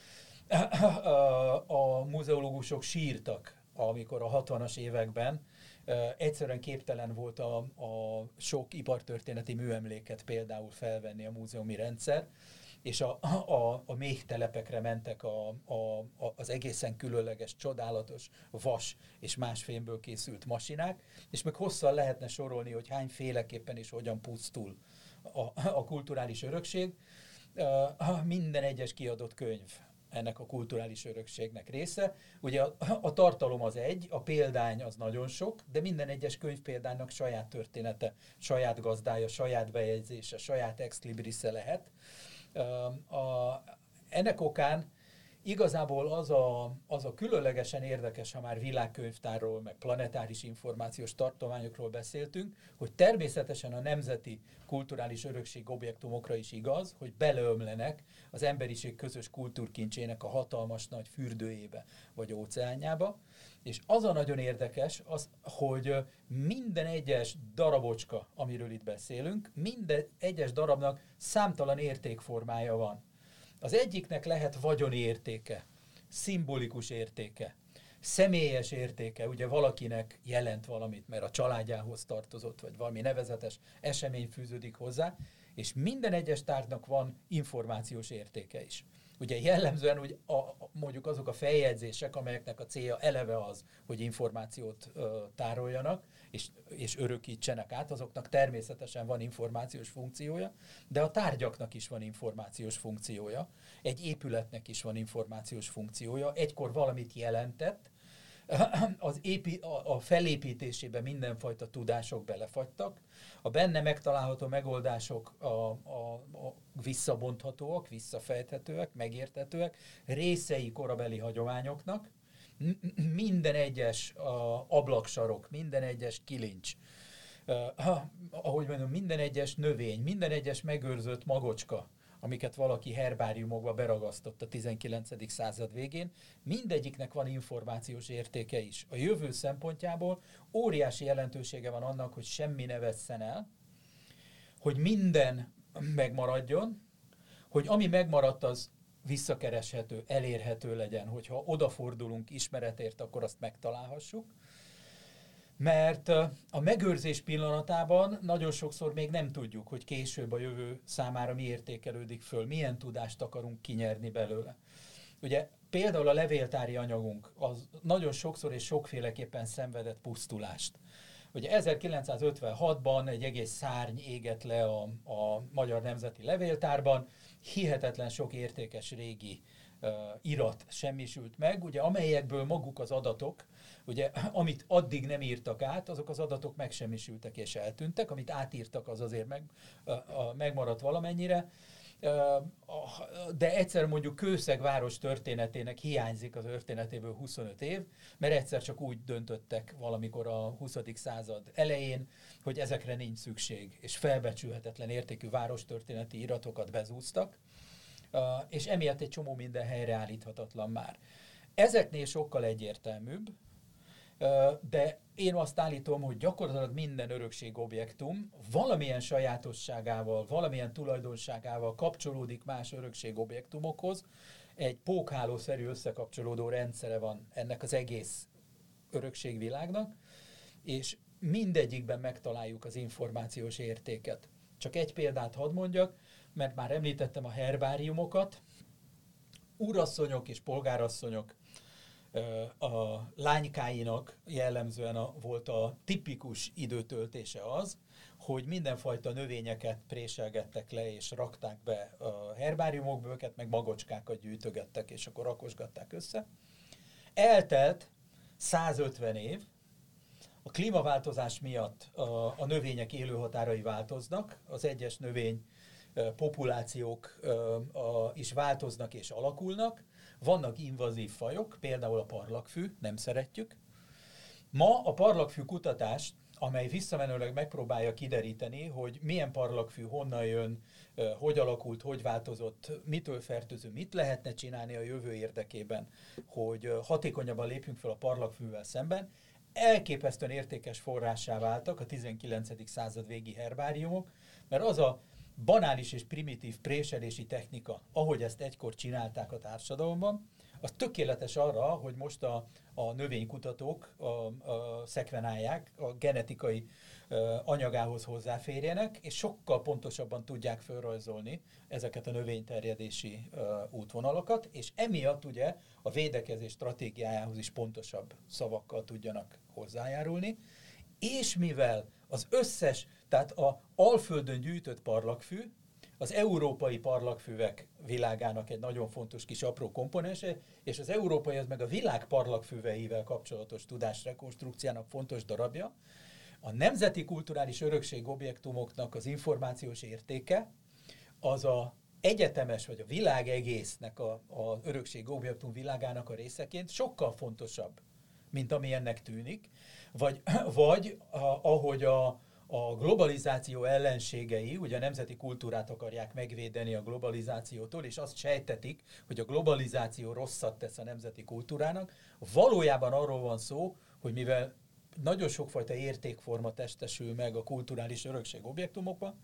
A muzeológusok sírtak, amikor a hatvanas években uh, egyszerűen képtelen volt a, a sok ipartörténeti műemléket például felvenni a múzeumi rendszer, és a, a, a méhtelepekre mentek a, a, az egészen különleges, csodálatos vas és más fémből készült masinák, és meg hosszan lehetne sorolni, hogy hányféleképpen és hogyan pusztul a, a kulturális örökség. Minden egyes kiadott könyv ennek a kulturális örökségnek része. Ugye a, a tartalom az egy, a példány az nagyon sok, de minden egyes könyvpéldánynak saját története, saját gazdája, saját bejegyzése, saját ex librisze lehet. A, ennek okán igazából az a, az a különlegesen érdekes, ha már világkönyvtárról, meg planetáris információs tartományokról beszéltünk, hogy természetesen a nemzeti kulturális örökség objektumokra is igaz, hogy beleömlenek az emberiség közös kultúrkincsének a hatalmas nagy fürdőjébe, vagy óceánjába. És az a nagyon érdekes, az, hogy minden egyes darabocska, amiről itt beszélünk, minden egyes darabnak számtalan értékformája van. Az egyiknek lehet vagyoni értéke, szimbolikus értéke, személyes értéke, ugye valakinek jelent valamit, mert a családjához tartozott, vagy valami nevezetes esemény fűződik hozzá, és minden egyes tárgynak van információs értéke is. Ugye jellemzően úgy a, mondjuk azok a feljegyzések, amelyeknek a célja eleve az, hogy információt ö, tároljanak, és, és örökítsenek át, azoknak természetesen van információs funkciója, de a tárgyaknak is van információs funkciója, egy épületnek is van információs funkciója, egykor valamit jelentett, az épi, a, a felépítésébe mindenfajta tudások belefagytak, a benne megtalálható megoldások a, a, a visszabonthatóak, visszafejthetőek, megérthetőek, részei korabeli hagyományoknak, minden egyes a, ablaksarok, minden egyes kilincs, uh, ahogy mondom, minden egyes növény, minden egyes megőrzött magocska, amiket valaki herbáriumokba beragasztott a tizenkilencedik század végén, mindegyiknek van információs értéke is. A jövő szempontjából óriási jelentősége van annak, hogy semmi ne vesszen el, hogy minden megmaradjon, hogy ami megmaradt, az visszakereshető, elérhető legyen, hogyha odafordulunk ismeretért, akkor azt megtalálhassuk. Mert a megőrzés pillanatában nagyon sokszor még nem tudjuk, hogy később a jövő számára mi értékelődik föl, milyen tudást akarunk kinyerni belőle. Ugye például a levéltári anyagunk az nagyon sokszor és sokféleképpen szenvedett pusztulást. Ugye ezerkilencszázötvenhatban egy egész szárny égett le a, a Magyar Nemzeti Levéltárban, hihetetlen sok értékes régi irat semmisült meg, ugye amelyekből maguk az adatok, ugye amit addig nem írtak át, azok az adatok megsemmisültek és eltűntek, amit átírtak, az azért meg, a, a, megmaradt valamennyire, de egyszer mondjuk Kőszeg város történetének hiányzik az történetéből huszonöt év, mert egyszer csak úgy döntöttek valamikor a huszadik század elején, hogy ezekre nincs szükség, és felbecsülhetetlen értékű várostörténeti iratokat bezúztak, és emiatt egy csomó minden helyreállíthatatlan már. Ezeknél sokkal egyértelműbb, de én azt állítom, hogy gyakorlatilag minden örökségobjektum valamilyen sajátosságával, valamilyen tulajdonságával kapcsolódik más örökségobjektumokhoz. Egy pókhálószerű összekapcsolódó rendszere van ennek az egész örökségvilágnak, és mindegyikben megtaláljuk az információs értéket. Csak egy példát hadd mondjak, mert már említettem a herbáriumokat. Úrasszonyok és polgárasszonyok a lánykáinak jellemzően a, volt a tipikus időtöltése az, hogy mindenfajta növényeket préselgettek le és rakták be a herbáriumokba, őket meg magocskákat gyűjtögettek, és akkor rakosgatták össze. Eltelt százötven év, a klímaváltozás miatt a, a növények élőhatárai változnak, az egyes növény populációk is változnak és alakulnak, vannak invazív fajok, például a parlagfű, nem szeretjük. Ma a parlagfű kutatás, amely visszamenőleg megpróbálja kideríteni, hogy milyen parlagfű, honnan jön, hogy alakult, hogy változott, mitől fertőző, mit lehetne csinálni a jövő érdekében, hogy hatékonyabban lépjünk fel a parlagfűvel szemben, elképesztően értékes forrássá váltak a tizenkilencedik század végi herbáriumok, mert az a banális és primitív préselési technika, ahogy ezt egykor csinálták a társadalomban, az tökéletes arra, hogy most a, a növénykutatók a, a szekvenálják, a genetikai a, anyagához hozzáférjenek, és sokkal pontosabban tudják felrajzolni ezeket a növényterjedési a, útvonalakat, és emiatt ugye a védekezés stratégiájához is pontosabb szavakkal tudjanak hozzájárulni, és mivel az összes, tehát a Alföldön gyűjtött parlagfű, az európai parlagfűvek világának egy nagyon fontos kis apró komponense, és az európai az meg a világ parlagfűveivel kapcsolatos tudás rekonstrukciának fontos darabja. A nemzeti kulturális örökség objektumoknak az információs értéke az a egyetemes, vagy a világ egésznek a, a örökség objektum világának a részeként sokkal fontosabb, mint ami ennek tűnik, vagy, vagy a, ahogy a, a globalizáció ellenségei, ugye a nemzeti kultúrát akarják megvédeni a globalizációtól, és azt sejtetik, hogy a globalizáció rosszat tesz a nemzeti kultúrának. Valójában arról van szó, hogy mivel nagyon sokfajta értékforma testesül meg a kulturális örökség objektumokban,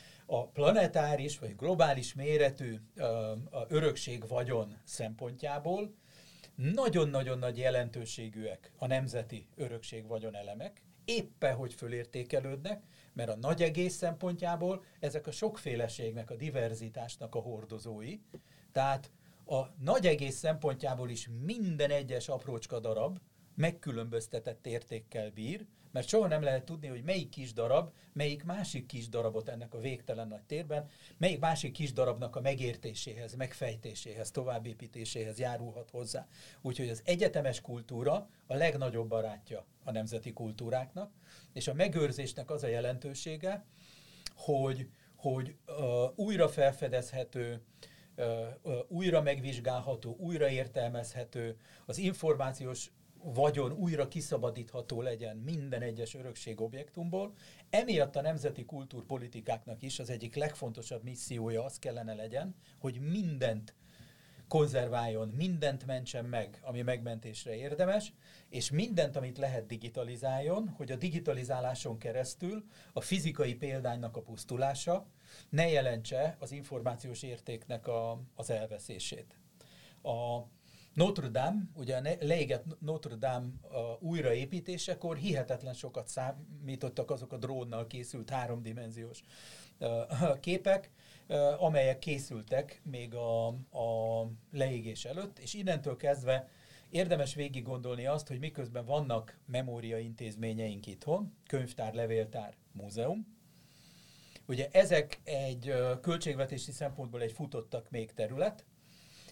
a planetáris vagy globális méretű uh, a örökség vagyon szempontjából nagyon-nagyon nagy jelentőségűek a nemzeti örökség vagyon elemek, éppen hogy fölértékelődnek, mert a nagy egész szempontjából ezek a sokféleségnek, a diverzitásnak a hordozói, tehát a nagy egész szempontjából is minden egyes aprócska darab megkülönböztetett értékkel bír, mert soha nem lehet tudni, hogy melyik kis darab, melyik másik kis darabot ennek a végtelen nagy térben, melyik másik kis darabnak a megértéséhez, megfejtéséhez, továbbépítéséhez járulhat hozzá. Úgyhogy az egyetemes kultúra a legnagyobb barátja a nemzeti kultúráknak, és a megőrzésnek az a jelentősége, hogy, hogy uh, újra felfedezhető, uh, uh, újra megvizsgálható, újra értelmezhető, az információs vagyon újra kiszabadítható legyen minden egyes örökségobjektumból. Emiatt a nemzeti kultúrpolitikáknak is az egyik legfontosabb missziója az kellene legyen, hogy mindent konzerváljon, mindent mentsen meg, ami megmentésre érdemes, és mindent, amit lehet digitalizáljon, hogy a digitalizáláson keresztül a fizikai példánynak a pusztulása ne jelentse az információs értéknek a, az elveszését. A Notre Dame, ugye a leégett Notre Dame újraépítésekor hihetetlen sokat számítottak azok a drónnal készült háromdimenziós képek, amelyek készültek még a, a leégés előtt, és innentől kezdve érdemes végig gondolni azt, hogy miközben vannak memóriaintézményeink itthon, könyvtár, levéltár, múzeum, ugye ezek egy költségvetési szempontból egy futottak még terület,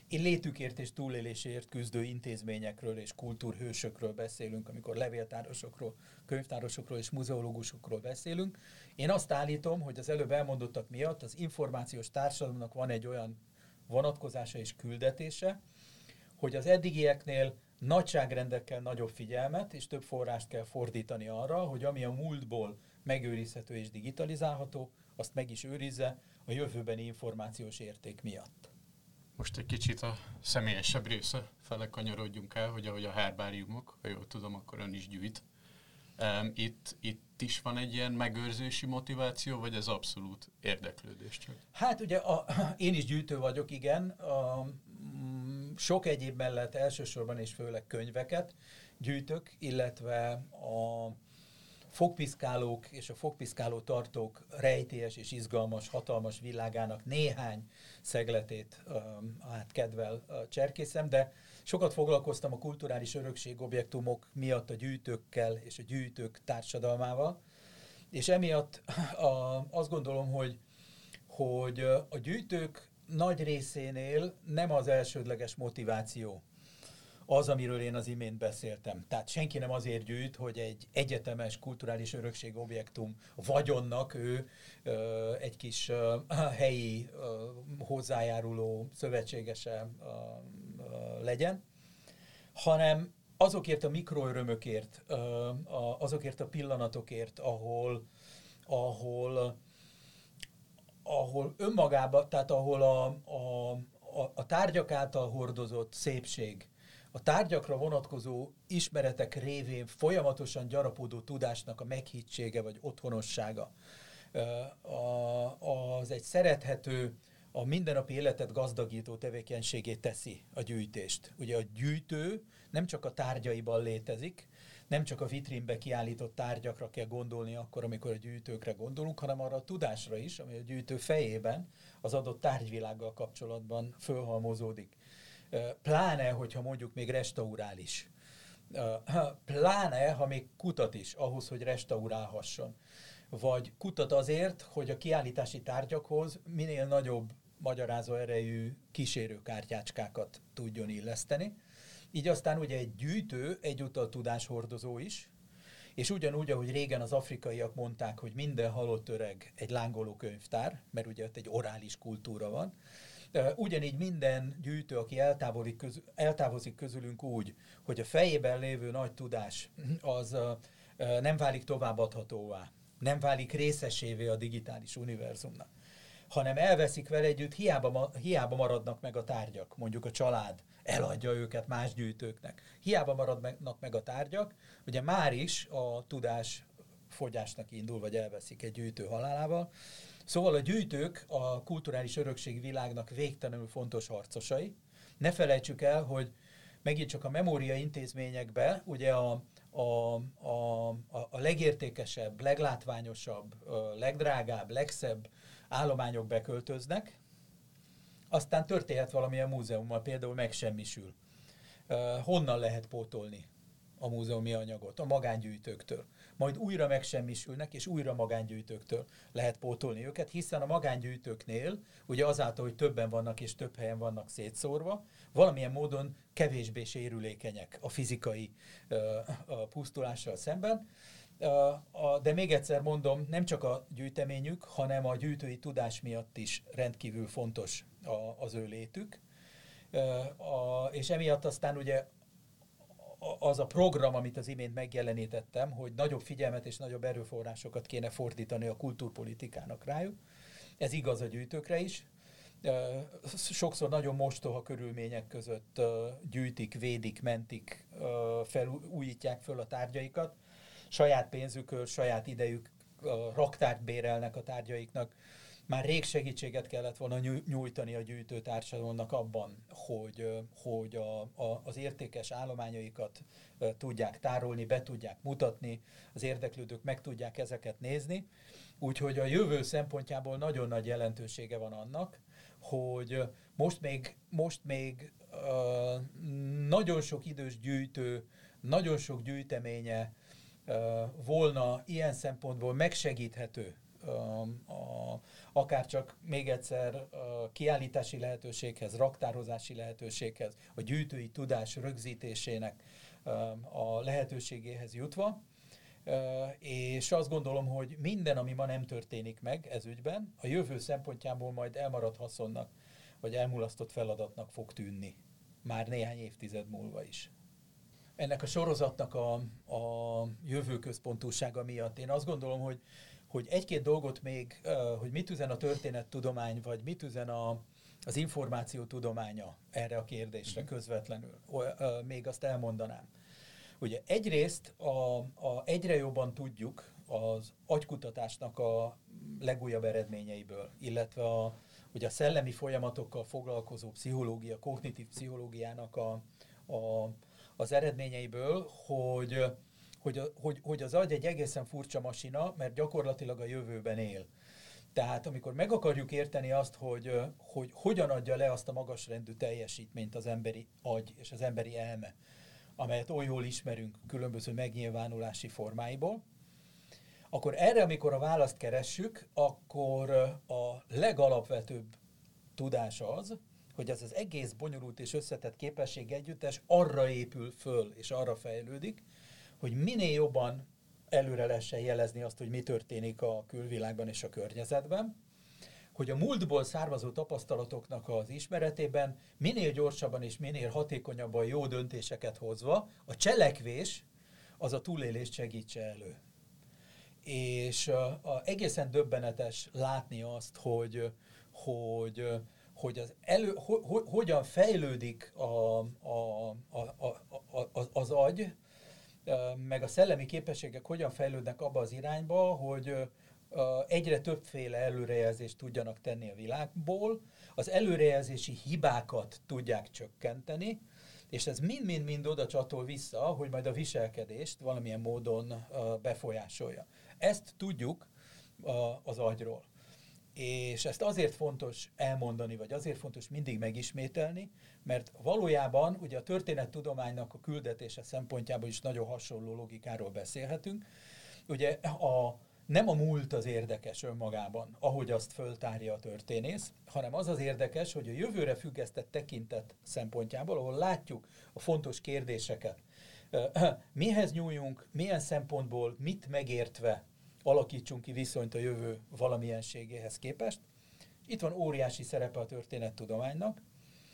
létükért és túlélésért küzdő intézményekről és kultúrhősökről beszélünk, amikor levéltárosokról, könyvtárosokról és muzeológusokról beszélünk. Én azt állítom, hogy az előbb elmondottak miatt az információs társadalomnak van egy olyan vonatkozása és küldetése, hogy az eddigieknél nagyságrendekkel nagyobb figyelmet és több forrást kell fordítani arra, hogy ami a múltból megőrizhető és digitalizálható, azt meg is őrizze a jövőbeni információs érték miatt. Most egy kicsit a személyesebb része fele kanyarodjunk el, hogy ahogy a herbáriumok, ha jól tudom, akkor ön is gyűjt. Itt, itt is van egy ilyen megőrzési motiváció, vagy ez abszolút érdeklődés csak? Hát ugye a, én is gyűjtő vagyok, igen. A, mm, sok egyéb mellett elsősorban és főleg könyveket gyűjtök, illetve a fogpiszkálók és a fogpiszkáló tartók rejtélyes és izgalmas, hatalmas világának néhány szegletét um, hát kedvel uh, cserkészem, de sokat foglalkoztam a kulturális örökség objektumok miatt a gyűjtőkkel és a gyűjtők társadalmával, és emiatt uh, azt gondolom, hogy, hogy uh, a gyűjtők nagy részénél nem az elsődleges motiváció az, amiről én az imént beszéltem. Tehát senki nem azért gyűjt, hogy egy egyetemes kulturális örökség objektum vagyonnak ő ö, egy kis ö, helyi ö, hozzájáruló szövetségese ö, ö, legyen, hanem azokért a mikroörömökért, ö, a, azokért a pillanatokért, ahol, ahol, ahol önmagában, tehát ahol a, a, a, a tárgyak által hordozott szépség, a tárgyakra vonatkozó ismeretek révén folyamatosan gyarapodó tudásnak a meghittsége vagy otthonossága, az egy szerethető, a mindennapi életet gazdagító tevékenységét teszi a gyűjtést. Ugye a gyűjtő nem csak a tárgyaiban létezik, nem csak a vitrínbe kiállított tárgyakra kell gondolni akkor, amikor a gyűjtőkre gondolunk, hanem arra a tudásra is, ami a gyűjtő fejében az adott tárgyvilággal kapcsolatban fölhalmozódik. Pláne, hogyha mondjuk még restaurál is. Pláne, ha még kutat is, ahhoz, hogy restaurálhasson. Vagy kutat azért, hogy a kiállítási tárgyakhoz minél nagyobb magyarázó erejű kísérőkártyácskákat tudjon illeszteni. Így aztán ugye egy gyűjtő egyúttal tudáshordozó is, és ugyanúgy, ahogy régen az afrikaiak mondták, hogy minden halott öreg egy lángoló könyvtár, mert ugye ott egy orális kultúra van, ugyanígy minden gyűjtő, aki eltávolodik, közül, eltávozik közülünk úgy, hogy a fejében lévő nagy tudás az nem válik továbbadhatóvá, nem válik részesévé a digitális univerzumnak, hanem elveszik vele együtt, hiába, hiába maradnak meg a tárgyak, mondjuk a család eladja őket más gyűjtőknek. Hiába maradnak meg a tárgyak, ugye már is a tudás fogyásnak indul, vagy elveszik egy gyűjtő halálával. Szóval a gyűjtők a kulturális örökség világnak végtelenül fontos harcosai. Ne felejtsük el, hogy megint csak a memória intézményekbe ugye a, a, a, a legértékesebb, leglátványosabb, legdrágább, legszebb állományok beköltöznek, aztán történhet valamilyen múzeummal, például megsemmisül. Honnan lehet pótolni a múzeumi anyagot? A magángyűjtőktől. Majd újra megsemmisülnek, és újra magángyűjtőktől lehet pótolni őket, hiszen a magángyűjtőknél, ugye azáltal, hogy többen vannak és több helyen vannak szétszórva, valamilyen módon kevésbé sérülékenyek a fizikai uh, a pusztulással szemben. Uh, de még egyszer mondom, nem csak a gyűjteményük, hanem a gyűjtői tudás miatt is rendkívül fontos a, az ő létük. Uh, a, és emiatt aztán ugye az a program, amit az imént megjelenítettem, hogy nagyobb figyelmet és nagyobb erőforrásokat kéne fordítani a kultúrpolitikának rájuk. Ez igaz a gyűjtőkre is. Sokszor nagyon mostoha körülmények között gyűjtik, védik, mentik, felújítják föl a tárgyaikat. Saját pénzükről, saját idejük raktárt bérelnek a tárgyaiknak. Már rég segítséget kellett volna nyújtani a gyűjtő társadalomnak abban, hogy, hogy a, a, az értékes állományaikat tudják tárolni, be tudják mutatni, az érdeklődők meg tudják ezeket nézni. Úgyhogy a jövő szempontjából nagyon nagy jelentősége van annak, hogy most még, most még uh, nagyon sok idős gyűjtő, nagyon sok gyűjteménye uh, volna ilyen szempontból megsegíthető a, akár csak még egyszer a kiállítási lehetőséghez, raktározási lehetőséghez, a gyűjtői tudás rögzítésének a lehetőségéhez jutva, és azt gondolom, hogy minden, ami ma nem történik meg ez ügyben, a jövő szempontjából majd elmaradt haszonnak, vagy elmulasztott feladatnak fog tűnni. Már néhány évtized múlva is. Ennek a sorozatnak a, a jövőközpontúsága miatt én azt gondolom, hogy, hogy egy-két dolgot még, hogy mit üzen a történettudomány, vagy mit üzen a, az információtudománya erre a kérdésre közvetlenül. Még azt elmondanám. Ugye egyrészt a, a egyre jobban tudjuk az agykutatásnak a legújabb eredményeiből, illetve a, ugye a szellemi folyamatokkal foglalkozó pszichológia, kognitív pszichológiának a, a, az eredményeiből, hogy, hogy, hogy, hogy az agy egy egészen furcsa masina, mert gyakorlatilag a jövőben él. Tehát amikor meg akarjuk érteni azt, hogy, hogy hogyan adja le azt a magasrendű teljesítményt az emberi agy és az emberi elme, amelyet oly jól ismerünk különböző megnyilvánulási formáiból, akkor erre, amikor a választ keressük, akkor a legalapvetőbb tudás az, hogy ez az egész bonyolult és összetett képesség együttes arra épül föl és arra fejlődik, hogy minél jobban előre lehessen jelezni azt, hogy mi történik a külvilágban és a környezetben, hogy a múltból származó tapasztalatoknak az ismeretében minél gyorsabban és minél hatékonyabban jó döntéseket hozva a cselekvés az a túlélést segítse elő. És a, a egészen döbbenetes látni azt, hogy, hogy, hogy az elő, ho, ho, hogyan fejlődik a, a, a, a, a, az agy, meg a szellemi képességek hogyan fejlődnek abba az irányba, hogy egyre többféle előrejelzést tudjanak tenni a világból, az előrejelzési hibákat tudják csökkenteni, és ez mind-mind-mind oda csatol vissza, hogy majd a viselkedést valamilyen módon befolyásolja. Ezt tudjuk az agyról. És ezt azért fontos elmondani, vagy azért fontos mindig megismételni, mert valójában ugye a történettudománynak a küldetése szempontjából is nagyon hasonló logikáról beszélhetünk. Ugye a Nem a múlt az érdekes önmagában, ahogy azt föltárja a történész, hanem az az érdekes, hogy a jövőre függesztett tekintet szempontjából, ahol látjuk a fontos kérdéseket, mihez nyúljunk, milyen szempontból, mit megértve alakítsunk ki viszonyt a jövő valamilyenségéhez képest. Itt van óriási szerepe a történettudománynak,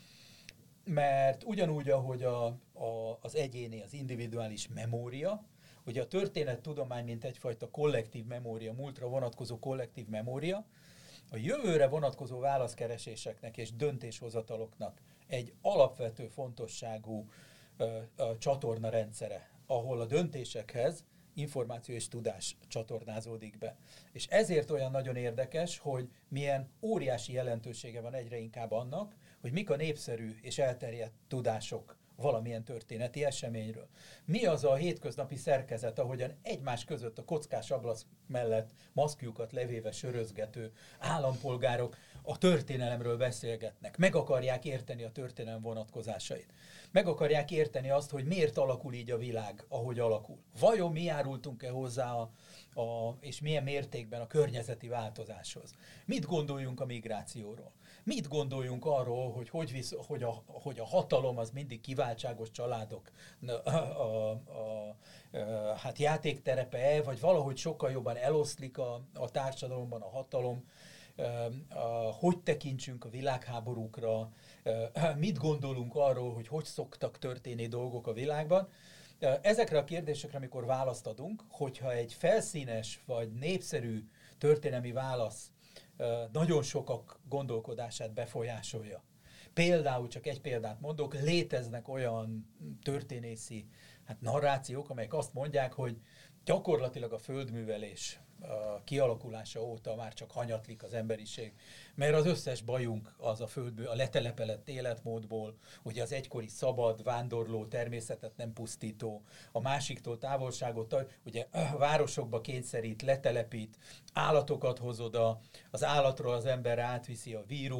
mert ugyanúgy, ahogy a, a, az egyéni, az individuális memória, ugye a történettudomány, mint egyfajta kollektív memória, múltra vonatkozó kollektív memória, a jövőre vonatkozó válaszkereséseknek és döntéshozataloknak egy alapvető fontosságú ö, ö, csatorna rendszere, ahol a döntésekhez információ és tudás csatornázódik be. És ezért olyan nagyon érdekes, hogy milyen óriási jelentősége van egyre inkább annak, hogy mik a népszerű és elterjedt tudások valamilyen történeti eseményről. Mi az a hétköznapi szerkezet, ahogyan egymás között a kockás ablasz mellett maszkjukat levéve sörözgető állampolgárok a történelemről beszélgetnek. Meg akarják érteni a történelem vonatkozásait. Meg akarják érteni azt, hogy miért alakul így a világ, ahogy alakul. Vajon mi járultunk-e hozzá a, a, és milyen mértékben a környezeti változáshoz? Mit gondoljunk a migrációról? Mit gondoljunk arról, hogy, hogy, visz, hogy, a, hogy a hatalom az mindig kiváltságos családok a, a, a, a, hát játékterepe, vagy valahogy sokkal jobban eloszlik a, a társadalomban a hatalom, a, a, hogy tekintsünk a világháborúkra, a, mit gondolunk arról, hogy hogy szoktak történni dolgok a világban. Ezekre a kérdésekre, amikor választ adunk, hogyha egy felszínes vagy népszerű történelmi válasz nagyon sokak gondolkodását befolyásolja. Például, csak egy példát mondok, léteznek olyan történészi hát narrációk, amelyek azt mondják, hogy gyakorlatilag a földművelés a kialakulása óta már csak hanyatlik az emberiség, mert az összes bajunk az a földmű, a letelepedett életmódból, ugye az egykori szabad, vándorló, természetet nem pusztító, a másiktól távolságot, ugye a városokba kényszerít, letelepít, állatokat hoz oda, az állatról az emberre átviszi a vírust,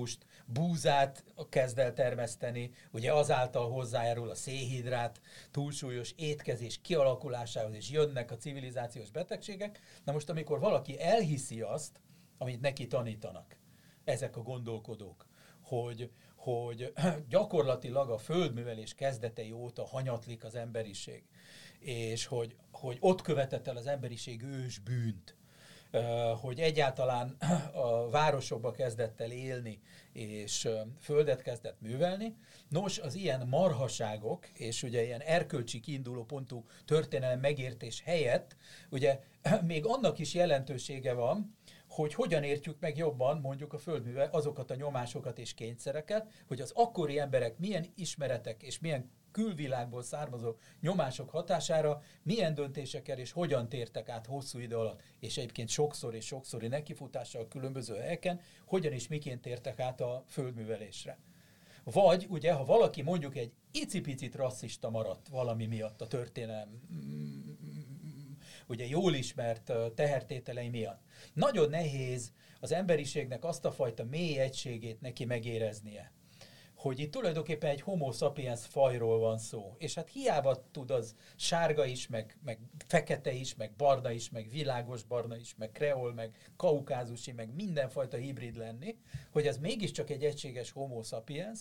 búzát kezd el termeszteni, ugye azáltal hozzájárul a szénhidrát túlsúlyos étkezés kialakulásához, és jönnek a civilizációs betegségek. Na most, amikor valaki elhiszi azt, amit neki tanítanak, ezek a gondolkodók, hogy, hogy gyakorlatilag a földművelés kezdetei óta hanyatlik az emberiség, és hogy, hogy ott követett el az emberiség ős bűnt, hogy egyáltalán a városokba kezdett el élni, és földet kezdett művelni. Nos, az ilyen marhaságok, és ugye ilyen erkölcsi kiinduló pontú történelem megértés helyett, ugye még annak is jelentősége van, hogy hogyan értjük meg jobban mondjuk a földművel azokat a nyomásokat és kényszereket, hogy az akkori emberek milyen ismeretek és milyen külvilágból származó nyomások hatására milyen döntésekkel és hogyan tértek át hosszú idő alatt, és egyébként sokszor és sokszori nekifutással különböző helyeken, hogyan és miként tértek át a földművelésre. Vagy ugye, ha valaki mondjuk egy icipicit rasszista maradt valami miatt a történelem, ugye jól ismert tehertételei miatt, nagyon nehéz az emberiségnek azt a fajta mély egységét neki megéreznie, hogy itt tulajdonképpen egy homo sapiens fajról van szó. És hát hiába tud az sárga is, meg, meg fekete is, meg barna is, meg világos barna is, meg kreol, meg kaukázusi, meg mindenfajta hibrid lenni, hogy ez mégiscsak egy egységes homo sapiens.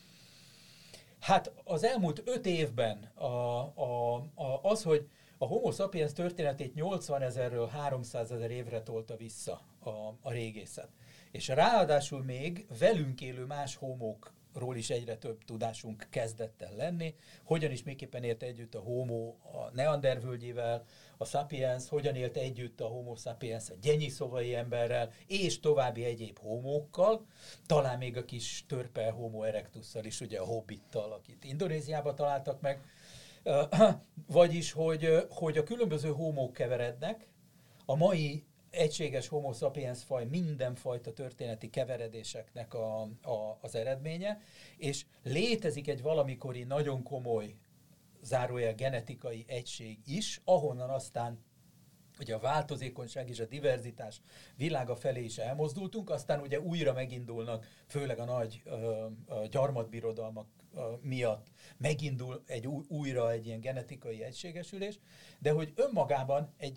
Hát az elmúlt öt évben a, a, a, az, hogy a homo sapiens történetét nyolcvanezerről háromszázezer évre tolta vissza a, a régészet. És ráadásul még velünk élő más homók ról is egyre több tudásunk kezdett el lenni, hogyan is miképpen élt együtt a homo a neandervölgyével, a sapiens, hogyan élt együtt a homo sapiens a gyenyiszovai emberrel, és további egyéb homókkal, talán még a kis törpe homo erectusszal is, ugye a hobbittal, akit Indonéziában találtak meg, vagyis, hogy, hogy a különböző homók keverednek, a mai egységes homo sapiens faj mindenfajta történeti keveredéseknek a, a, az eredménye, és létezik egy valamikori nagyon komoly zárójel genetikai egység is, ahonnan aztán ugye a változékonyság és a diverzitás világa felé is elmozdultunk, aztán ugye újra megindulnak, főleg a nagy ö, ö, gyarmatbirodalmak ö, miatt megindul egy új, újra egy ilyen genetikai egységesülés, de hogy önmagában egy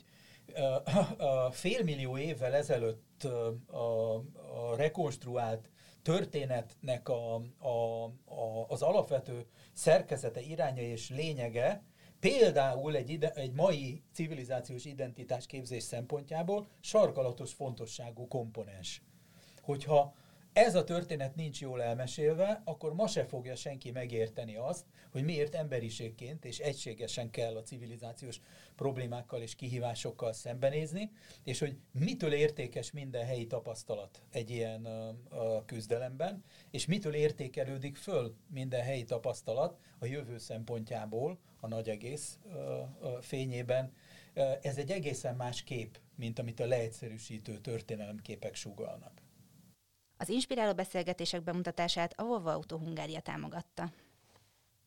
a félmillió évvel ezelőtt a, a rekonstruált történetnek a, a, a, az alapvető szerkezete, iránya és lényege például egy, ide, egy mai civilizációs identitás képzés szempontjából sarkalatos fontosságú komponens. Hogyha ez a történet nincs jól elmesélve, akkor ma se fogja senki megérteni azt, hogy miért emberiségként és egységesen kell a civilizációs problémákkal és kihívásokkal szembenézni, és hogy mitől értékes minden helyi tapasztalat egy ilyen uh, uh, küzdelemben, és mitől értékelődik föl minden helyi tapasztalat a jövő szempontjából, a nagy egész uh, uh, fényében. Uh, ez egy egészen más kép, mint amit a leegyszerűsítő történelemképek sugallnak. Az inspiráló beszélgetések bemutatását a Volvo Autó Hungária támogatta.